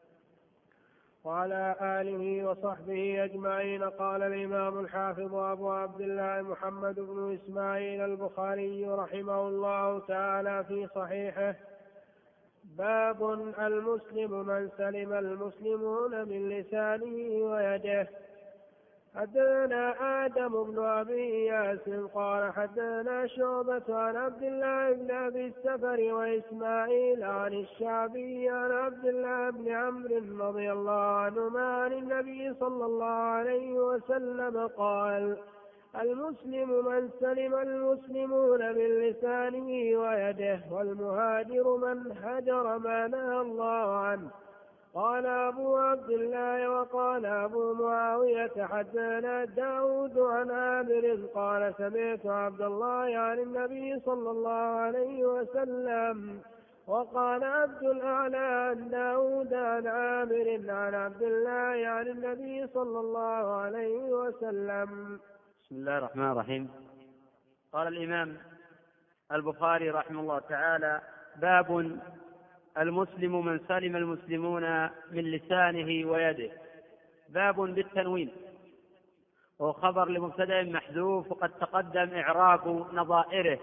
وعلى آله وصحبه أجمعين. قال الإمام الحافظ أبو عبد الله محمد بن إسماعيل البخاري رحمه الله تعالى في صحيحه: باب المسلم من سلم المسلمون من لسانه ويده. حدثنا آدم بن أبي إياس قال حدثنا شعبة عن عبد الله بن أبي السفر وإسماعيل عن الشعبي عن عبد الله بن عمرو رضي الله عنهما عن النبي صلى الله عليه وسلم قال: المسلم من سلم المسلمون من لسانه ويده، والمهاجر من هجر ما نهى الله عنه. قال أبو عبد الله وقال أبو معاوية حدثنا داود عن عامر قال سمعت عبد الله عن النبي صلى الله عليه وسلم. وقال عبد الأعلى عن داود عن عامر عن عبد الله عن النبي صلى الله عليه وسلم. بسم الله الرحمن الرحيم. قال الإمام البخاري رحمه الله تعالى: باب المسلم من سلم المسلمون من لسانه ويده. باب بالتنوين، وهو خبر لمبتدأ محذوف، وقد تقدم إعراب نظائره.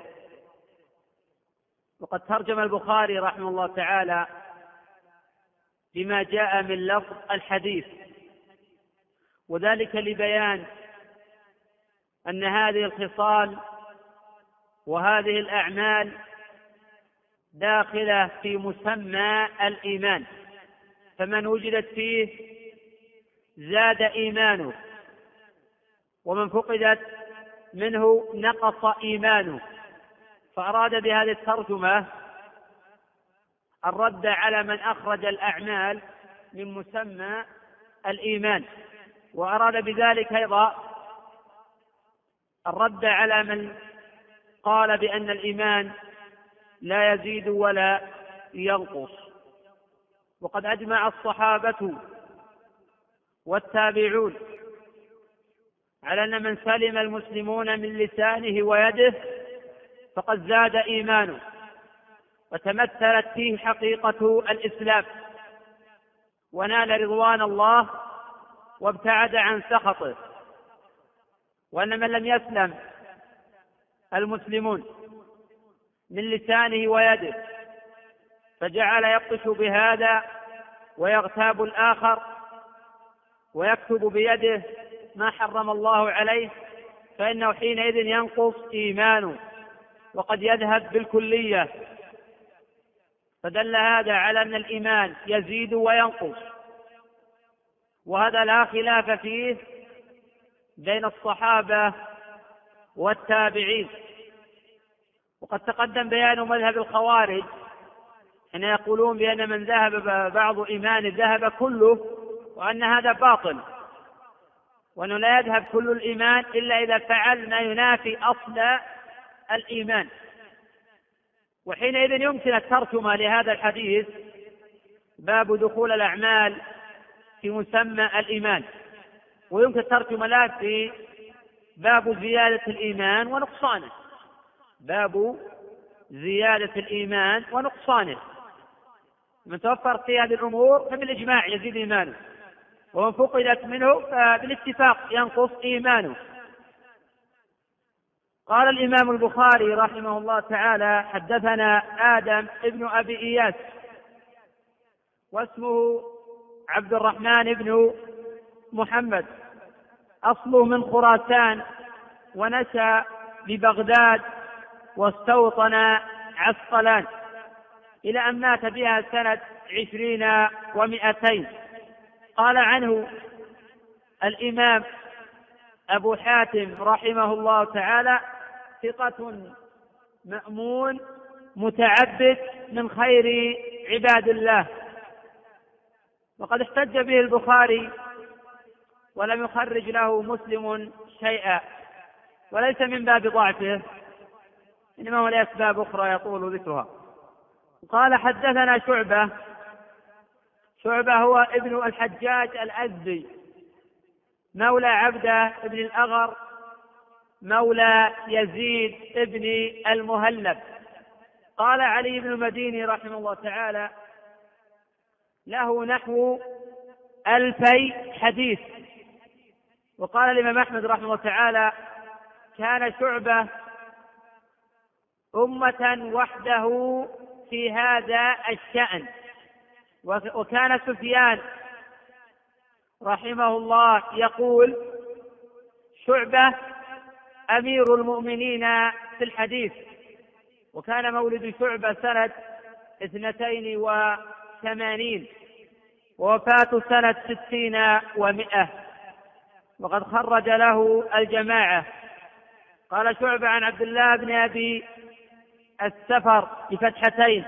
وقد ترجم البخاري رحمه الله تعالى بما جاء من لفظ الحديث، وذلك لبيان أن هذه الخصال وهذه الأعمال داخلة في مسمى الإيمان، فمن وجدت فيه زاد إيمانه، ومن فقدت منه نقص إيمانه، فأراد بهذه الترجمة الرد على من أخرج الأعمال من مسمى الإيمان، وأراد بذلك أيضا الرد على من قال بأن الإيمان لا يزيد ولا ينقص. وقد أجمع الصحابة والتابعون على أن من سلم المسلمون من لسانه ويده فقد زاد إيمانه وتمثلت فيه حقيقة الإسلام، ونال رضوان الله وابتعد عن سخطه. وأن من لم يسلم المسلمون من لسانه ويده فجعل يبطش بهذا ويغتاب الآخر ويكتب بيده ما حرم الله عليه، فإنه حينئذ ينقص إيمانه وقد يذهب بالكلية. فدل هذا على أن الإيمان يزيد وينقص، وهذا لا خلاف فيه بين الصحابة والتابعين. وقد تقدم بيان مذهب الخوارج حين يقولون بأن من ذهب بعض إيمانه ذهب كله، وأن هذا باطل، وأنه لا يذهب كل الإيمان إلا إذا فعل ما ينافي أصل الإيمان. وحينئذ يمكن الترجمة لهذا الحديث باب دخول الأعمال في مسمى الإيمان، ويمكن الترجمة له في باب زيادة الإيمان ونقصانه، باب زيادة الإيمان ونقصانه. من توفر في هذه الأمور فبالإجماع يزيد إيمانه، ومن فقدت منه فبالاتفاق ينقص إيمانه. قال الإمام البخاري رحمه الله تعالى: حدثنا آدم ابن أبي إياس، واسمه عبد الرحمن بن محمد، أصله من خراسان، ونشأ ببغداد واستوطن عسقلان إلى أن مات بها سنة 20 و200. قال عنه الإمام أبو حاتم رحمه الله تعالى: ثقة مأمون متعبد من خير عباد الله. وقد احتج به البخاري ولم يخرج له مسلم شيئا، وليس من باب ضعفه، إنما هو لأسباب أخرى يطول ذكرها. قال: حدثنا شعبة هو ابن الحجاج الأزدي، مولى عبده ابن الأغر، مولى يزيد ابن المهلب. قال علي بن المديني رحمه الله تعالى: له نحو 2000 حديث. وقال الإمام أحمد رحمه الله تعالى: كان شعبة أمة وحده في هذا الشأن. وكان سفيان رحمه الله يقول: شعبة أمير المؤمنين في الحديث. وكان مولد شعبة سنة 82، ووفاته سنة 60 و100، وقد خرج له الجماعة. قال شعبة عن عبد الله بن أبي السفر بفتحتين،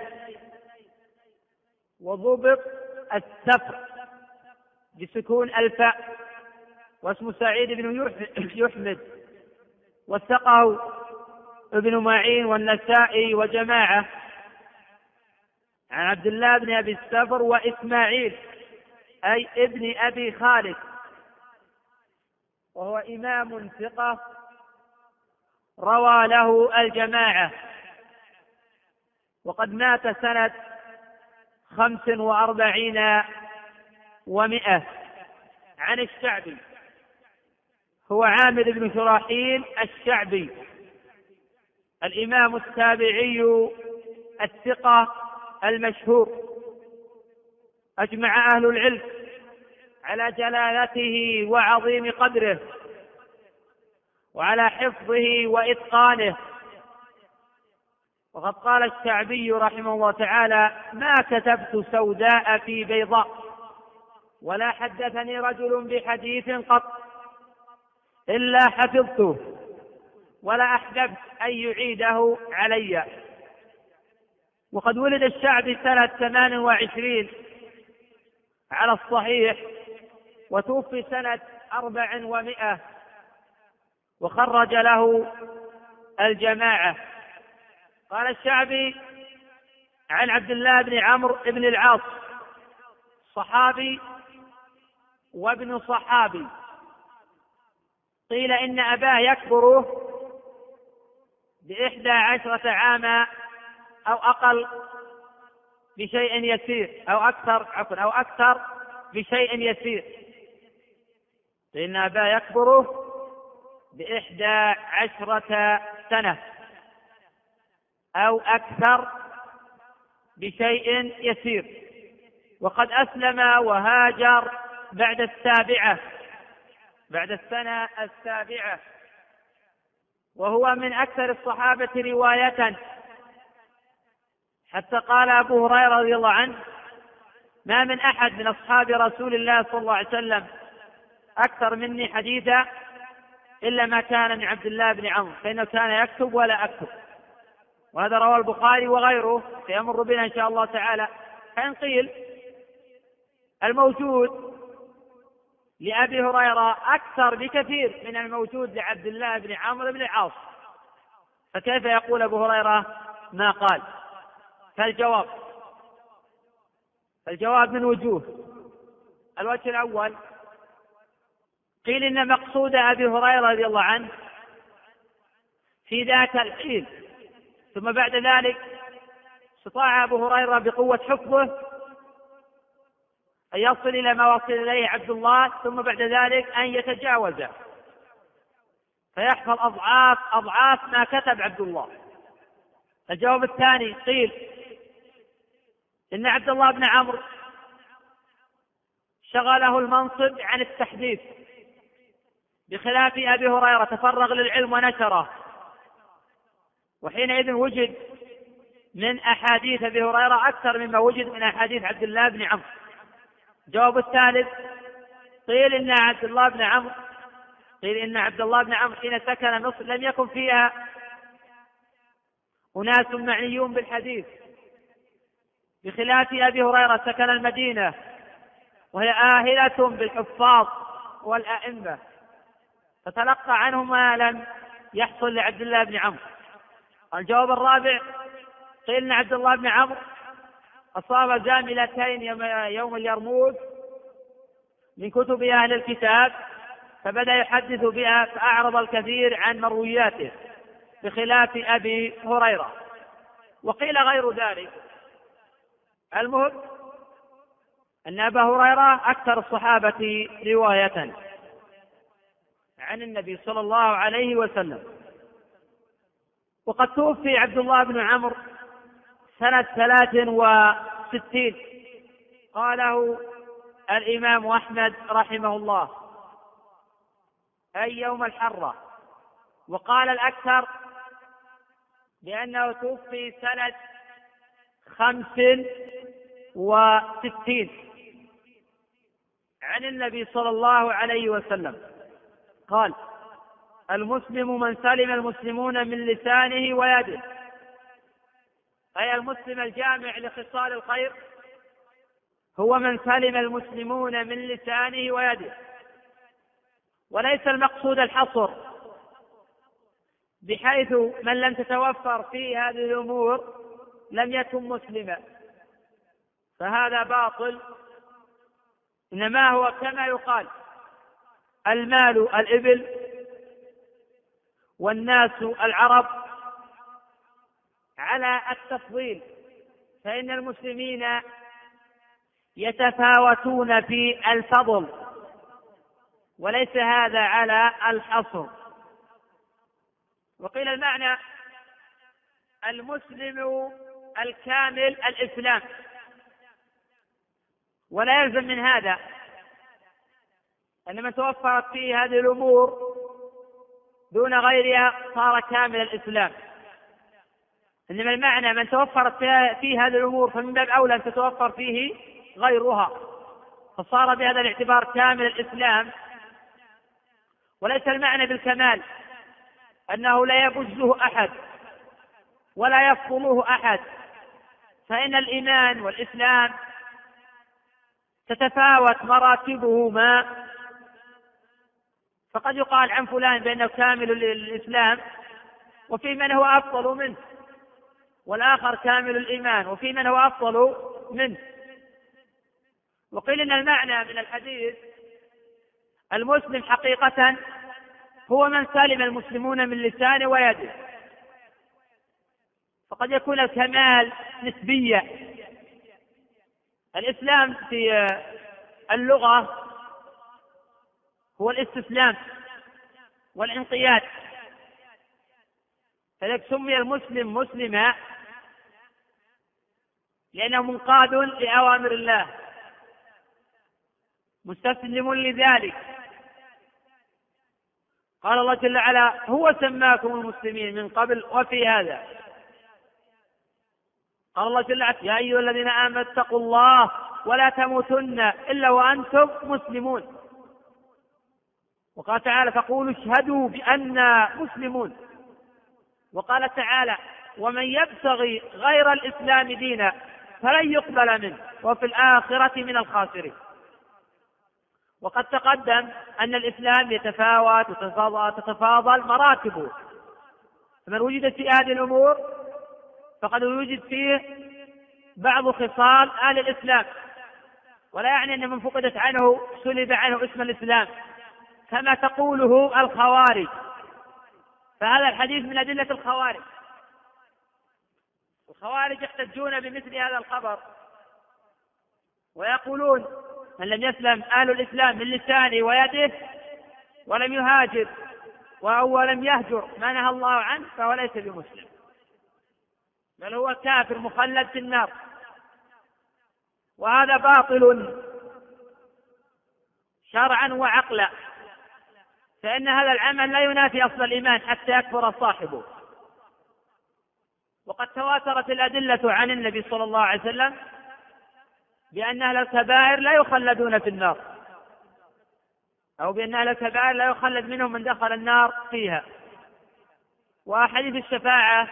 وضبط السفر بسكون الفاء، واسم سعيد بن يحمد، وثقه ابن معين والنسائي وجماعة، عن عبد الله بن أبي السفر وإسماعيل أي ابن أبي خالد، وهو إمام ثقة روى له الجماعة. وقد مات سنة 45 و100. عن الشعبي هو عامر بن شراحيل الشعبي، الإمام التابعي الثقة المشهور. أجمع أهل العلم على جلالته وعظيم قدره وعلى حفظه وإتقانه. وقد قال الشعبي رحمه الله تعالى: ما كتبت سوداء في بيضاء، ولا حدثني رجل بحديث قط إلا حفظته، ولا أحببت أن يعيده علي. وقد ولد الشعبي سنة 28 على الصحيح، وتوفي سنة 400، وخرج له الجماعة. قال الشعبي عن عبد الله بن عمرو بن العاص صحابي وابن صحابي، قيل إن أباه يكبر ب11 عاما أو أقل بشيء يسير، أو أكثر بشيء يسير، لأن أباه يكبر ب11 سنة أو أكثر بشيء يسير. وقد أسلم وهاجر بعد السنة 7، وهو من أكثر الصحابة رواية، حتى قال أبو هريرة رضي الله عنه: ما من أحد من أصحاب رسول الله صلى الله عليه وسلم أكثر مني حديثا إلا ما كان من عبد الله بن عمرو، فإنه كان يكتب ولا أكتب. وهذا رواه البخاري وغيره، سيمر بنا إن شاء الله تعالى. فإن قيل الموجود لأبي هريرة أكثر بكثير من الموجود لعبد الله بن عمرو بن العاص، فكيف يقول أبو هريرة ما قال؟ فالجواب من وجوه. الوجه الأول: قيل إن مقصود أبي هريرة رضي الله عنه في ذاك الحين، ثم بعد ذلك استطاع أبو هريرة بقوة حفظه أن يصل إلى ما وصل إليه عبد الله، ثم بعد ذلك أن يتجاوزه فيحفظ أضعاف ما كتب عبد الله. الجواب الثاني: قيل إن عبد الله بن عمرو شغله المنصب عن التحديث، بخلاف أبي هريرة تفرغ للعلم ونشره، وحينئذ وجد من أحاديث أبي هريرة أكثر مما وجد من أحاديث عبد الله بن عمرو. الجواب الثالث: قيل إن عبد الله بن عمرو حين سكن مصر لم يكن فيها أناس معنيون بالحديث، بخلاف أبي هريرة سكن المدينة وهي آهلة بالحفاظ والأئمة، فتلقى عنه ما لم يحصل لعبد الله بن عمرو. الجواب الرابع: قيل إن عبد الله بن عمرو أصاب زاملتين يوم اليرموز من كتب أهل الكتاب، فبدأ يحدث بها فأعرض الكثير عن مروياته، بخلاف أبي هريرة. وقيل غير ذلك. المهم أن أبا هريرة أكثر الصحابة رواية عن النبي صلى الله عليه وسلم. وقد توفي عبد الله بن عمرو سنة 63، قاله الإمام أحمد رحمه الله، أي يوم الحرة. وقال الأكثر بأنه توفي سنة 65 عن النبي صلى الله عليه وسلم. قال: المسلم من سلم المسلمون من لسانه ويده، أي المسلم الجامع لخصال الخير هو من سلم المسلمون من لسانه ويده، وليس المقصود الحصر، بحيث من لم تتوفر فيه هذه الأمور لم يكن مسلما، فهذا باطل. إنما هو كما يقال: المال الإبل والناس العرب، على التفضيل، فإن المسلمين يتفاوتون في الفضل، وليس هذا على الحصر. وقيل المعنى: المسلم الكامل الإسلام، ولا يلزم من هذا أن من توفرت فيه هذه الأمور دون غيرها صار كامل الإسلام، إنما المعنى من توفرت فيه هذه الأمور فمن باب أولى أن تتوفر فيه غيرها، فصار بهذا الاعتبار كامل الإسلام. وليس المعنى بالكمال أنه لا يبزه أحد ولا يفضله أحد، فإن الإيمان والإسلام تتفاوت مراتبهما، فقد يقال عن فلان بأنه كامل الإسلام وفي من هو أفضل منه، والآخر كامل الإيمان وفي من هو أفضل منه. وقيل إن المعنى من الحديث المسلم حقيقة هو من سلم المسلمون من لسانه ويده، فقد يكون الكمال نسبيا. الإسلام في اللغة هو الاستسلام والانقياد، فلذلك سمي المسلم مسلما لأنه منقاد لأوامر الله مستسلم لذلك. قال الله جل وعلا: هو سماكم المسلمين من قبل وفي هذا. قال الله جل وعلا: يا أيها الذين آمنوا اتقوا الله ولا تموتن إلا وأنتم مسلمون. وقال تعالى: فقولوا اشهدوا بأننا مسلمون. وقال تعالى: ومن يبتغي غير الإسلام دينا فلن يقبل منه وفي الآخرة من الخاسرين. وقد تقدم أن الإسلام يتفاوت وتتفاضل مراتبه، فمن وجد في هذه الأمور فقد يوجد فيه بعض خصال أهل الإسلام، ولا يعني أن من فقدت عنه سلب عنه اسم الإسلام كما تقوله الخوارج، فهذا الحديث من أدلة الخوارج. الخوارج يحتجون بمثل هذا الخبر ويقولون: من لم يسلم أهل الإسلام من لسانه ويده ولم يهاجر ولم يهجر ما نهى الله عنه فهو ليس بمسلم، بل هو كافر مخلد في النار. وهذا باطل شرعا وعقلا، فإن هذا العمل لا ينافي أصل الإيمان حتى يكفر صاحبه. وقد تواترت الأدلة عن النبي صلى الله عليه وسلم بأن أهل الكبائر لا يخلدون في النار، أو بأن أهل الكبائر لا يخلد منهم من دخل النار فيها. وأحاديث الشفاعة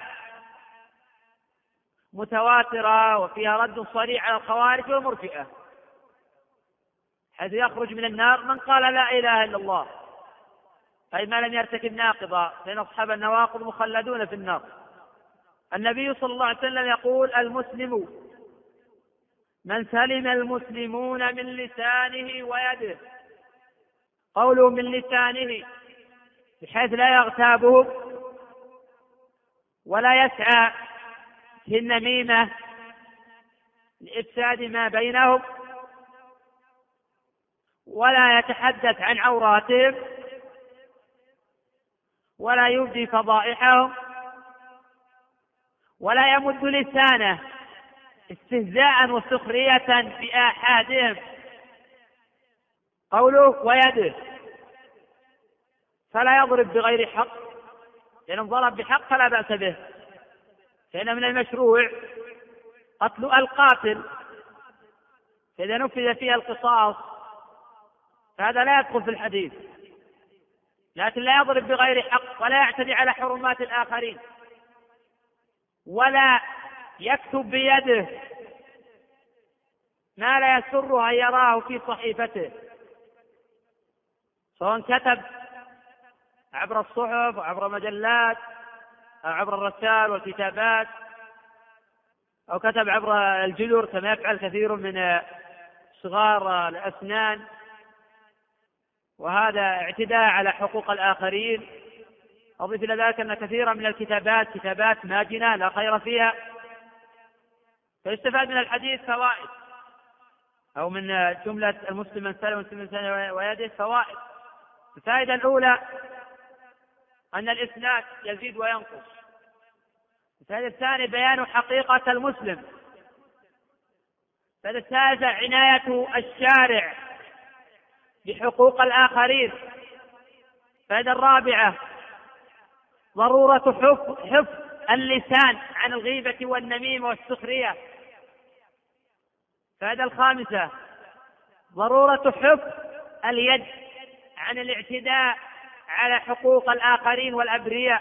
متواترة وفيها رد صريح على الخوارج والمرجئة، حيث يخرج من النار من قال لا إله إلا الله، أي ما لم يرتكب ناقضا، فإن أصحاب النواقض مخلدون في النار. النبي صلى الله عليه وسلم يقول: المسلم من سلم المسلمون من لسانه ويده. قوله من لسانه بحيث لا يغتابهم ولا يسعى في النميمة لإفساد ما بينهم، ولا يتحدث عن عوراتهم ولا يبدي فضائحهم، ولا يمد لسانه استهزاء وسخرية بآحادهم. قوله ويده، فلا يضرب بغير حق، لأنه ضرب بحق فلا بأس به، فإن من المشروع قتل القاتل، فإذا نفذ فيها القصاص فهذا لا يدخل في الحديث. لكن لا يضرب بغير حق، ولا يعتدي على حرمات الآخرين، ولا يكتب بيده ما لا يسره أن يراه في صحيفته، سواء كتب عبر الصحف وعبر مجلات أو عبر الرسائل والكتابات، أو كتب عبر الجدر كما يفعل كثير من صغار الأسنان، وهذا اعتداء على حقوق الآخرين. أضيف إلى ذلك أن كثيرا من الكتابات كتابات ماجنة لا خير فيها. فيستفاد من الحديث فوائد، أو من جملة المسلم من سلم المسلم من لسانه ويده فوائد. الفائدة الأولى أن الإسناد يزيد وينقص. الفائدة الثانية بيان حقيقة المسلم. الفائدة الثالثة عناية الشارع بحقوق الآخرين. الفائدة الرابعة ضرورة حفظ اللسان عن الغيبة والنميمة والسخرية. الفائدة الخامسة ضرورة حفظ اليد عن الاعتداء على حقوق الآخرين والأبرياء.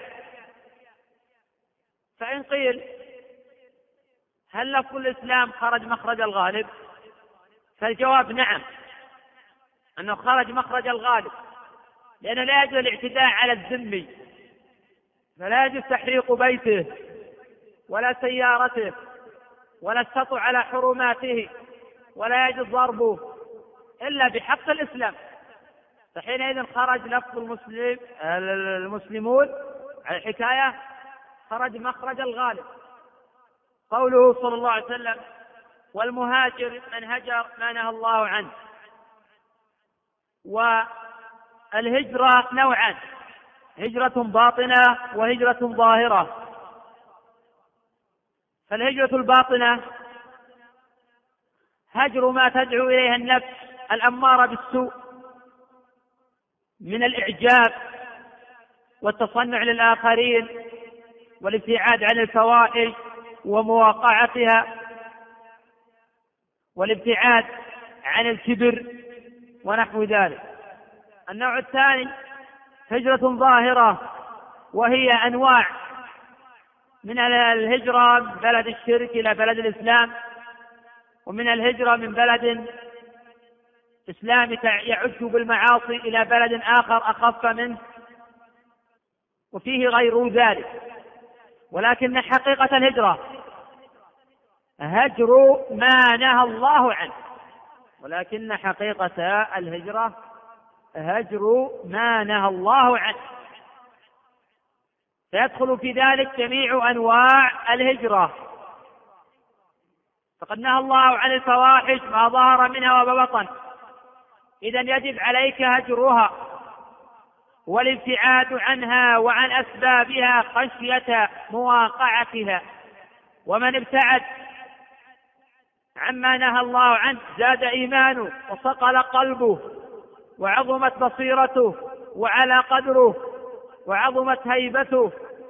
فإن قيل هل لفظ الإسلام خرج مخرج الغالب؟ فالجواب نعم، أنه خرج مخرج الغالب، لأنه لا يجوز الاعتداء على الذمي، فلا يجوز تحريق بيته ولا سيارته ولا السطو على حرماته، ولا يجوز ضربه إلا بحق الإسلام. فحينئذ خرج لفظ المسلمون على الحكاية خرج مخرج الغالب. قوله صلى الله عليه وسلم: والمهاجر من هجر ما نهى الله عنه. والهجرة نوعان: هجرة باطنة وهجرة ظاهرة. فالهجرة الباطنة هجر ما تدعو إليها النفس الأمارة بالسوء من الإعجاب والتصنع للآخرين والابتعاد عن الفواحش ومواقعتها والابتعاد عن الكبر ونحو ذلك. النوع الثاني هجرة ظاهرة، وهي أنواع من الهجرة من بلد الشرك إلى بلد الإسلام، ومن الهجرة من بلد إسلامي يعج بالمعاصي إلى بلد آخر أخف منه، وفيه غير ذلك. ولكن حقيقة الهجرة هجر ما نهى الله عنه، ولكن حقيقة الهجرة هجر ما نهى الله عنه. فيدخل في ذلك جميع أنواع الهجرة. فقد نهى الله عن الفواحش ما ظهر منها وما بطن، إذن يجب عليك هجرها والابتعاد عنها وعن أسبابها خشية مواقعتها. ومن ابتعد عما نهى الله عنه زاد إيمانه وصقل قلبه وعظمت بصيرته وعلى قدره وعظمت هيبته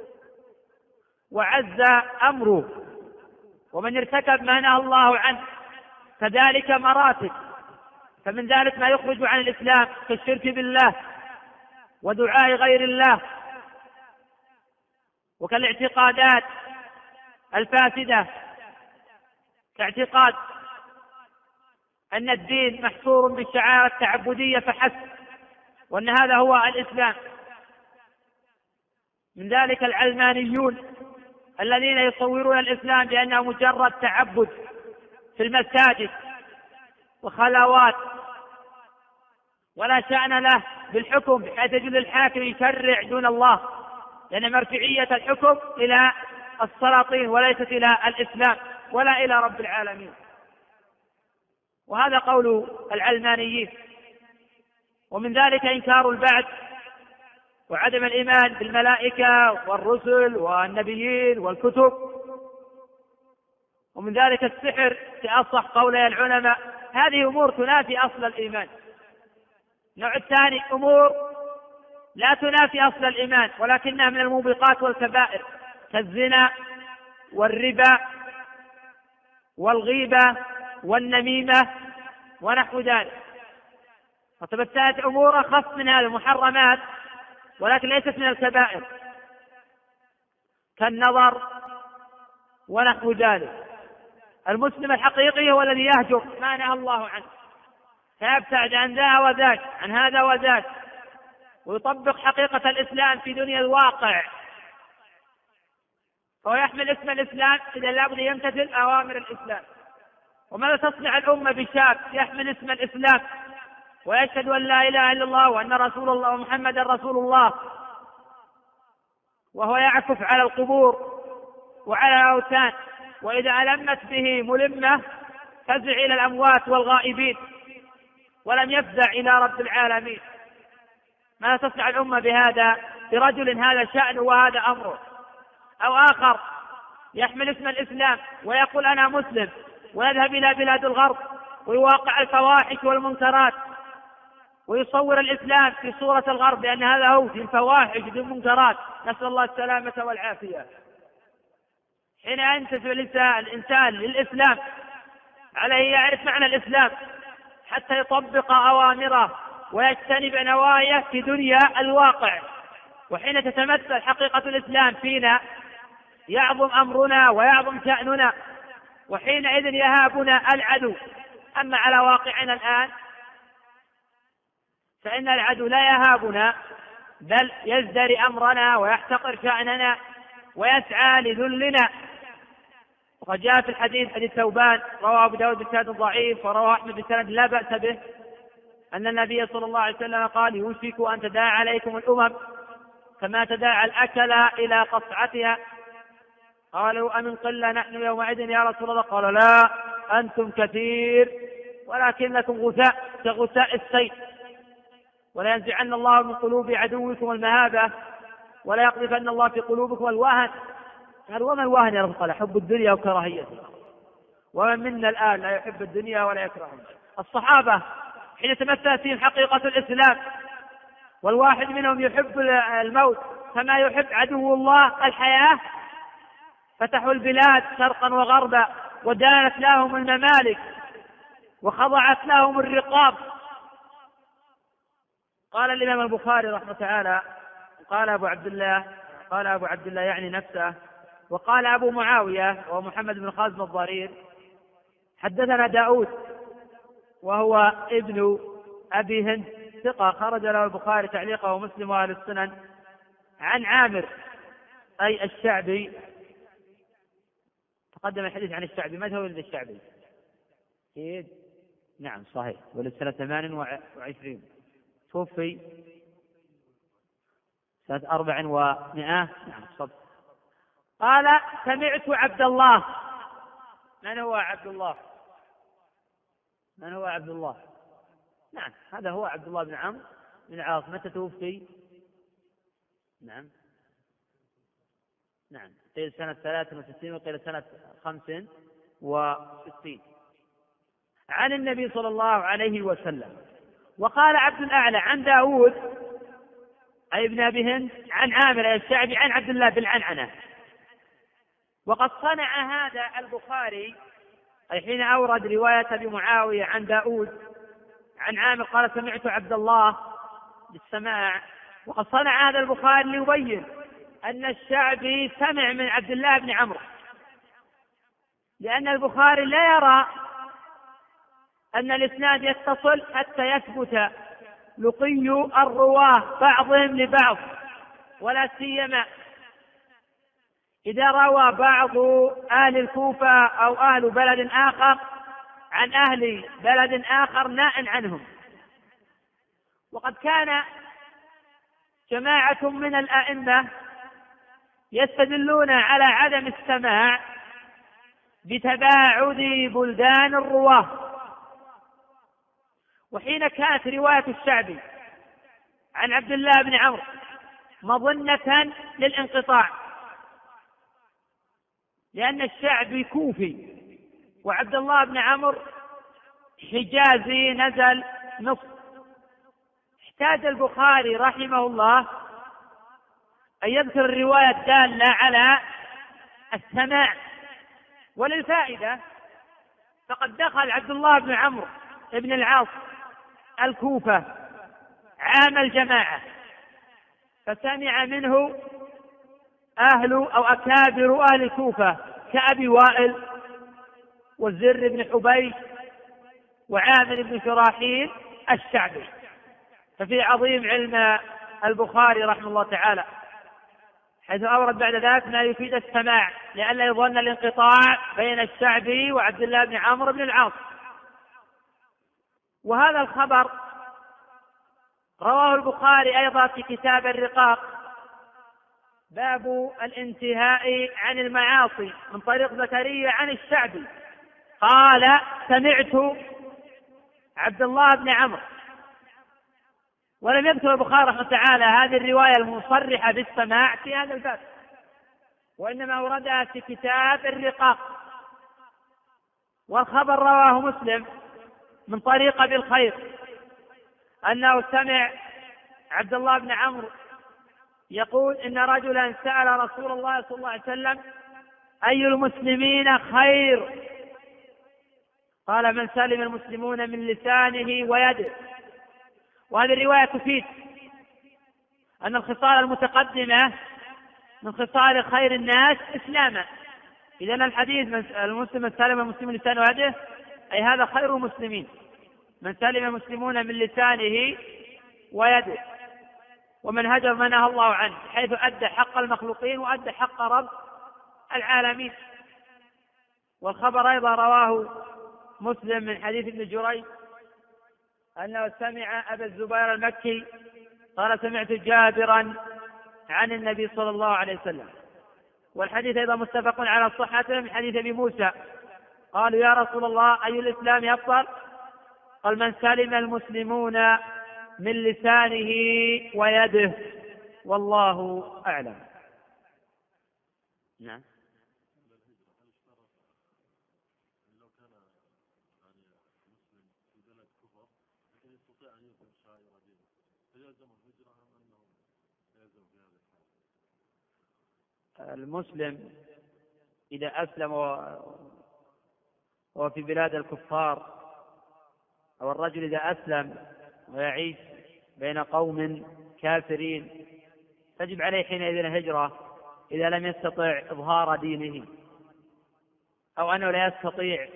وعز أمره. ومن ارتكب ما نهى الله عنه كذلك مراتب، فمن ذلك ما يخرج عن الإسلام كالشرك بالله ودعاء غير الله، وكالاعتقادات الفاسدة، كاعتقاد أن الدين محصور بالشعائر التعبدية فحسب، وأن هذا هو الإسلام. من ذلك العلمانيون الذين يصورون الإسلام بأنه مجرد تعبد في المساجد وخلوات، ولا شأن له بالحكم، بحيث يجوز الحاكم يشرع دون الله، لأن مرجعية الحكم إلى السلاطين وليست إلى الإسلام ولا إلى رب العالمين. وهذا قول العلمانيين. ومن ذلك إنكار البعث وعدم الإيمان بالملائكة والرسل والنبيين والكتب. ومن ذلك السحر في أصح قولي العلماء. هذه أمور تنافي أصل الإيمان. النوع الثاني أمور لا تنافي أصل الإيمان ولكنها من الموبقات والكبائر، كالزنا والربا والغيبة والنميمة ونحو ذلك. فتبتلت أمور أخف من هذه محرمات ولكن ليست من الكبائر، كالنظر ونحو ذلك. المسلم الحقيقي هو الذي يهجر ما نهى الله عنه، فيبتعد عن ذا وذاك، عن هذا وذاك، ويطبق حقيقة الإسلام في دنيا الواقع، فهو يحمل اسم الإسلام إذا لابد يمتثل أوامر الإسلام. وماذا تصنع الأمة بشاب يحمل اسم الإسلام ويشهد أن لا إله إلا الله وأن رسول الله ومحمد رسول الله، وهو يعكف على القبور وعلى الأوثان، وإذا ألمت به ملمة فزع إلى الأموات والغائبين ولم يفزع إلى رب العالمين. ماذا تصنع الأمة بهذا برجل هذا شأنه وهذا أمره؟ أو آخر يحمل اسم الإسلام ويقول أنا مسلم ويذهب إلى بلاد الغرب ويواقع الفواحش والمنكرات ويصور الإسلام في صورة الغرب بأن هذا هو في الفواحش في المنكرات، نسأل الله السلامة والعافية. حين ينتسب الإنسان للإسلام عليه يعرف معنى الإسلام حتى يطبق أوامره ويجتنب نواياه في دنيا الواقع. وحين تتمثل حقيقة الإسلام فينا يعظم أمرنا ويعظم شأننا، وحينئذ يهابنا العدو. أما على واقعنا الآن فإن العدو لا يهابنا، بل يزدري أمرنا ويحتقر شأننا ويسعى لذلنا. وقد جاء في الحديث حديث ثوبان رواه أبو داود بسند ضعيف ورواه أحمد بسند لا بأس به، أن النبي صلى الله عليه وسلم قال: يوشك أن تداعى عليكم الأمم كما تداعى الأكل إلى قصعتها. قالوا: أمن قلة نحن يومئذ يا رسول الله؟ قال: لا، أنتم كثير ولكنكم غثاء كغثاء السيل. ولا ينزعن الله من قلوب عدوكم المهابة ولا يقذفن الله في قلوبكم الوهن. قال: وما الوهن يا رسول الله؟ حب الدنيا وكراهيتها. ومن منا الآن لا يحب الدنيا ولا يكرهها؟ الصحابة حين تمثلت فيهم حقيقة الإسلام، والواحد منهم يحب الموت كما يحب عدو الله الحياة، فتحوا البلاد شرقا وغربا ودانت لهم الممالك وخضعت لهم الرقاب. قال الإمام البخاري رحمه تعالى: قال أبو عبد الله يعني نفسه، وقال أبو معاوية ومحمد بن خازم الضرير: حدثنا داود وهو ابن أبي هند ثقة خرج له البخاري تعليقه ومسلم وأهل السنن، عن عامر أي الشعبي. تقدم الحديث عن الشعبي. متى ولد الشعبي؟ نعم صحيح، ولد سنة 28، توفي سنة 400. نعم صدق. قال: سمعت عبد الله. من هو عبد الله؟ نعم هذا هو عبد الله بن عمرو بن العاص. متى توفي؟ نعم قيل سنة 63 وقيل سنة 65، عن النبي صلى الله عليه وسلم. وقال عبد الأعلى عن داود أي ابن أبي هند عن عامر الشعبي عن عبد الله بالعنعنة. وقد صنع هذا البخاري أي حين أورد رواية أبي معاوية عن داود عن عامر قال: سمعت عبد الله بالسماع. وقد صنع هذا البخاري ليبين أن الشعبي سمع من عبد الله بن عمرو، لأن البخاري لا يرى أن الإسناد يتصل حتى يثبت لقي الرواة بعضهم لبعض، ولا سيما إذا روى بعض أهل الكوفة أو أهل بلد آخر عن أهل بلد آخر ناء عنهم. وقد كان جماعة من الأئمة يستدلون على عدم السماع بتباعد بلدان الرواه. وحين كانت رواية الشعبي عن عبد الله بن عمرو مظنة للانقطاع، لأن الشعبي كوفي وعبد الله بن عمرو حجازي نزل مصر، احتاج البخاري رحمه الله أن يذكر الرواية الدالة على السماع. وللفائدة فقد دخل عبد الله بن عمرو بن العاص الكوفة عام الجماعة، فسمع منه أهل أو أكابر أهل الكوفة كأبي وائل والزر بن حبيش وعامر بن شراحيل الشعبي. ففي عظيم علم البخاري رحمه الله تعالى، حيث أورد بعد ذلك ما يفيد السماع لئلا يظن الانقطاع بين الشعبي وعبد الله بن عمرو بن العاص. وهذا الخبر رواه البخاري أيضا في كتاب الرقاق، باب الانتهاء عن المعاصي، من طريق زكريا عن الشعبي قال: سمعت عبد الله بن عمرو. ولم يذكر البخاري رحمه تعالى هذه الرواية المصرحة بالسماع في هذا الباب، وإنما أوردها في كتاب الرقاق. والخبر رواه مسلم من طريق أبي الخير أنه سمع عبد الله بن عمرو يقول: إن رجلا سأل رسول الله صلى الله عليه وسلم: أي المسلمين خير؟ قال: من سلم المسلمون من لسانه ويده. وهذه الرواية تفيد أن الخصال المتقدمة من خصال خير الناس إسلاما. إذن الحديث المسلم من سلم المسلم من لسانه ويده، أي هذا خير المسلمين، من سلم المسلمون من لسانه ويده، ومن هجر ما نهى الله عنه، حيث أدى حق المخلوقين وأدى حق رب العالمين. والخبر أيضا رواه مسلم من حديث ابن جريج أنه سمع أبا الزبير المكي قال سمعت جابرا عن النبي صلى الله عليه وسلم. والحديث أيضا متفق على صحته من حديث أبي موسى قالوا يا رسول الله أي الإسلام أفضل؟ قال من سلم المسلمون من لسانه ويده، والله أعلم. نعم. المسلم إذا أسلم وهو في بلاد الكفار، أو الرجل إذا أسلم ويعيش بين قوم كافرين، تجب عليه حينئذ الهجرة إذا لم يستطع إظهار دينه، أو أنه لا يستطيع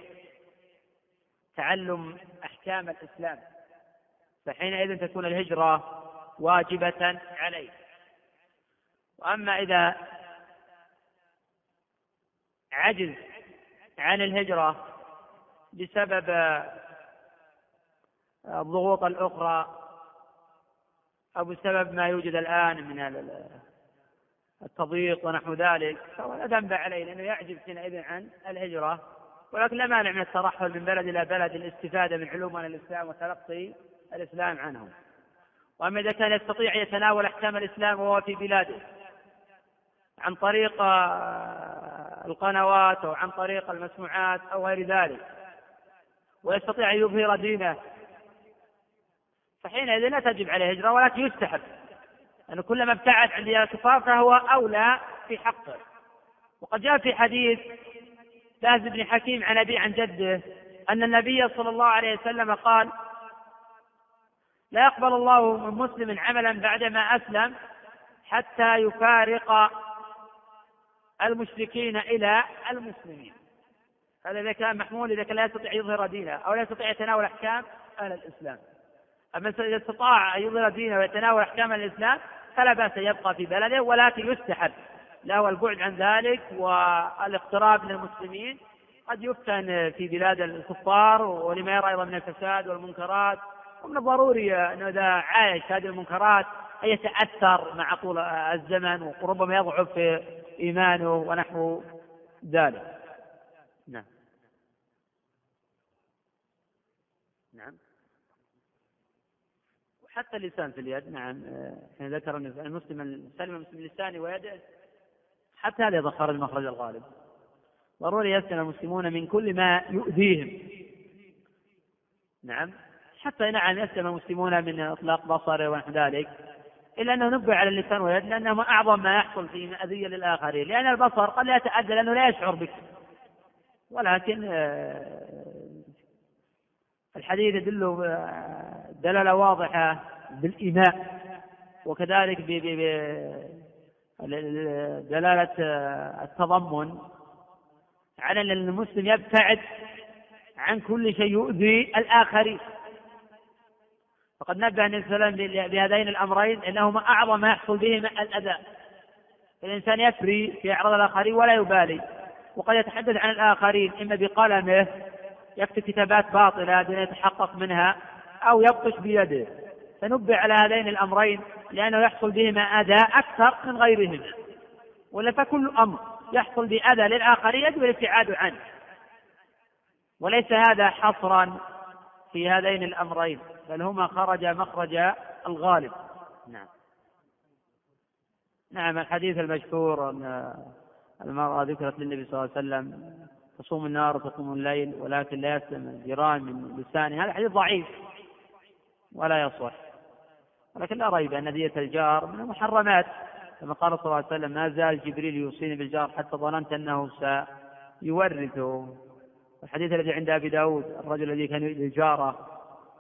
تعلم أحكام الإسلام، فحينئذ تكون الهجرة واجبة عليه. وأما إذا عجز عن الهجرة بسبب الضغوط الأخرى أو بسبب ما يوجد الآن من التضييق ونحو ذلك، فهو لا ذنب عليه لأنه يعجز حينئذ عن الهجرة، ولكن لا مانع من الترحل من بلد إلى بلد للاستفادة من علوم عن الإسلام وتلقي الإسلام عنهم. وأما إذا كان يستطيع يتناول أحكام الإسلام وهو في بلاده عن طريق القنوات أو عن طريق المسموعات أو غير ذلك، ويستطيع أن يظهر دينه، فحينئذ لا تجب عليه هجرة، ولكن يستحب أنه كلما ابتعد عن ديار الكفار فهو أولى في حقه. وقد جاء في حديث باز بن حكيم عن أبي عن جده أن النبي صلى الله عليه وسلم قال لا يقبل الله من مسلم عملا بعدما أسلم حتى يفارق المشركين إلى المسلمين. هذا إذا كان محمول، إذا كان لا يستطيع يظهر دينه أو لا يستطيع يتناول أحكام أهل الإسلام. أما إذا استطاع أن يظهر دينه ويتناول أحكام الإسلام فلا بأس يبقى في بلده، ولكن يستحب له البعد عن ذلك والاقتراب من المسلمين. قد يفتن في بلاد الكفار ولما يرى أيضا من الفساد والمنكرات، ومن الضروري أنه إذا عايش هذه المنكرات أن يتأثر مع طول الزمن وربما يضعف في إيمانه ونحو ذلك. نعم. نعم. وحتى اللسان في اليد. نعم. حين ذكر المسلم سلم المسلم لسانه ويده، حتى هذا إذا خرج مخرج الغالب ضروري يسلم المسلمون من كل ما يؤذيهم. نعم. حتى نعم يسلم المسلمون من إطلاق بصره ونحو ذلك، إلا أنه نبه على اللسان واليد لأنه أعظم ما يحصل في أذية للآخرين، لأن البصر قد لا يتأذى لأنه لا يشعر بك، ولكن الحديث يدل دلالة واضحة بالإيماء، وكذلك بدلالة التضمن على أن المسلم يبتعد عن كل شيء يؤذي الآخرين. فقد نبه النبي صلى الله عليه وسلم بهذين الأمرين أنهما أعظم ما يحصل بهما الأذى. الإنسان يفري في أعراض الآخرين ولا يبالي، وقد يتحدث عن الآخرين إما بقلمه يكتب كتابات باطلة دون يتحقق منها، أو يبطش بيده. فنبه على هذين الأمرين لأنه يحصل بهما أذى أكثر من غيرهما، ولا فكل أمر يحصل بأذى للآخرين يجب الابتعاد عنه، وليس هذا حصرا في هذين الأمرين، بل هما خرج مخرج الغالب. نعم. نعم. الحديث المشهور أن المرأة ذكرت للنبي صلى الله عليه وسلم تصوم النهار وتقوم الليل ولكن لا يسلم الجيران من لسانها، هذا حديث ضعيف ولا يصح، ولكن لا ريب أن دية الجار من المحرمات، كما قال صلى الله عليه وسلم ما زال جبريل يوصيني بالجار حتى ظننت أنه سيورثه. الحديث الذي عند أبي داود الرجل الذي كان يؤذي جاره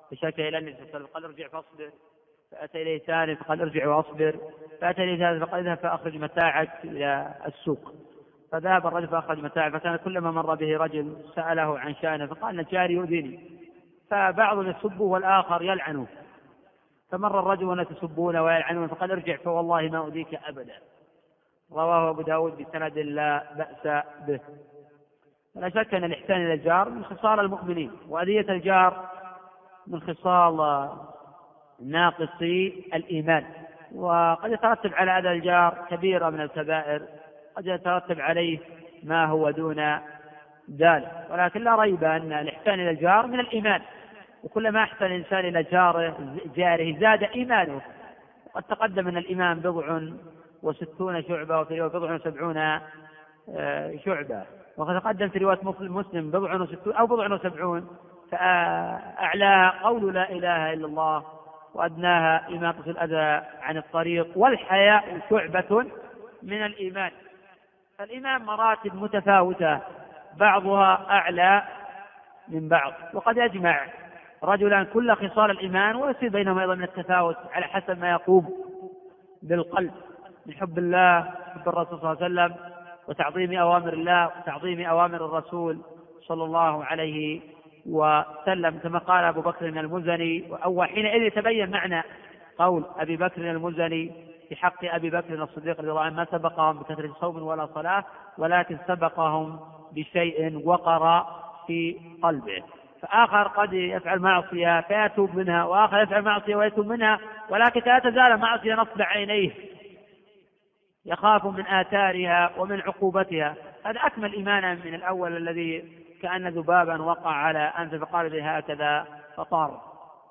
فشكى إلى النبي صلى الله عليه وسلم قال ارجع فاصبر، فأتى إليه ثاني فقال ارجع واصبر، فأتى إليه ثالث فقال اذهب فأخرج متاعك إلى السوق، فذهب الرجل فأخرج متاعه، فكان كلما مر به رجل سأله عن شأنه فقال الجاري يؤذيني، فبعضهم يسبه والآخر يلعنه، فمر الرجل والناس يسبون ويلعنون فقال ارجع فوالله ما أؤذيك أبدا. رواه أبو داود بسند لا بأس به. لا شك أن الإحسان إلى الجار من خصال المؤمنين، وأذية الجار من خصال ناقصي الإيمان، وقد يترتب على أذى الجار كبيرة من الكبائر، قد يترتب عليه ما هو دون ذلك، ولكن لا ريب أن الإحسان إلى الجار من الإيمان، وكلما أحسن الإنسان إلى جاره زاد إيمانه. وقد تقدم أن الإيمان 67 شعبة، وفي رواية 70 شعبة، وقد تقدم في رواية مسلم 67 أو 70، فأعلاها قول لا إله إلا الله، وأدناها إماطة الأذى عن الطريق، والحياء شعبة من الإيمان. فالإيمان مراتب متفاوتة بعضها أعلى من بعض، وقد يجمع رجلان كل خصال الإيمان ويصير بينهم أيضا من التفاوت على حسب ما يقوم بالقلب من حب الله، حب الرسول صلى الله عليه وسلم، وتعظيم أوامر الله وتعظيم أوامر الرسول صلى الله عليه وسلم، كما قال أبو بكر المزني. أو حينئذ يتبين معنى قول أبي بكر المزني في حق أبي بكر الصديق رضي الله عنه: ما سبقهم بكثرة صوم ولا صلاة، ولكن سبقهم بشيء وقر في قلبه. فآخر قد يفعل معصية فيتوب منها، وآخر يفعل معصية ويتوب منها، ولكن لا تزال معصية نصب عينيه يخاف من آثارها ومن عقوبتها. هذا أكمل إيمانا من الأول الذي كأن ذبابا وقع على أنفه فقال به هكذا فطار.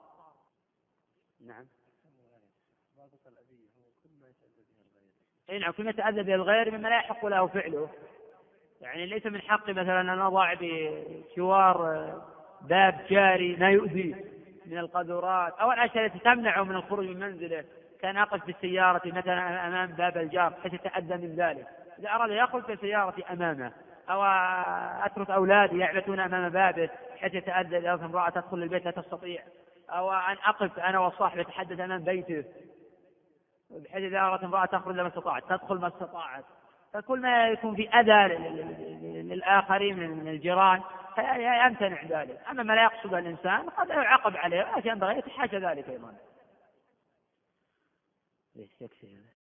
نعم. نعم، كل ما يتأذى به الغير مما لا يحق له فعله. يعني ليس من حقي مثلا أن أضع بشوار باب جاري ما يؤذي من القذورات أو الأشياء التي تمنعه من الخروج من منزله، كان أقف بالسيارة مثلا أمام باب الجار حيث يتأذى من ذلك. إذا أراد يخرج في سيارتي أمامه، أو أترك أولادي يعبثون أمام بابه حيث يتأذى إذا امرأة تدخل البيت لا تستطيع، أو أن أقف أنا والصاحب يتحدث أمام بيته بحيث إذا أردت امرأة تخرج لما استطاعت تدخل ما استطاعت. فكل ما يكون في أذى للآخرين من الجيران يمتنع ذلك. أما ما لا يقصد الإنسان قد يعاقب عليه، ولكن ينبغي يتحاشى ذلك أيضا.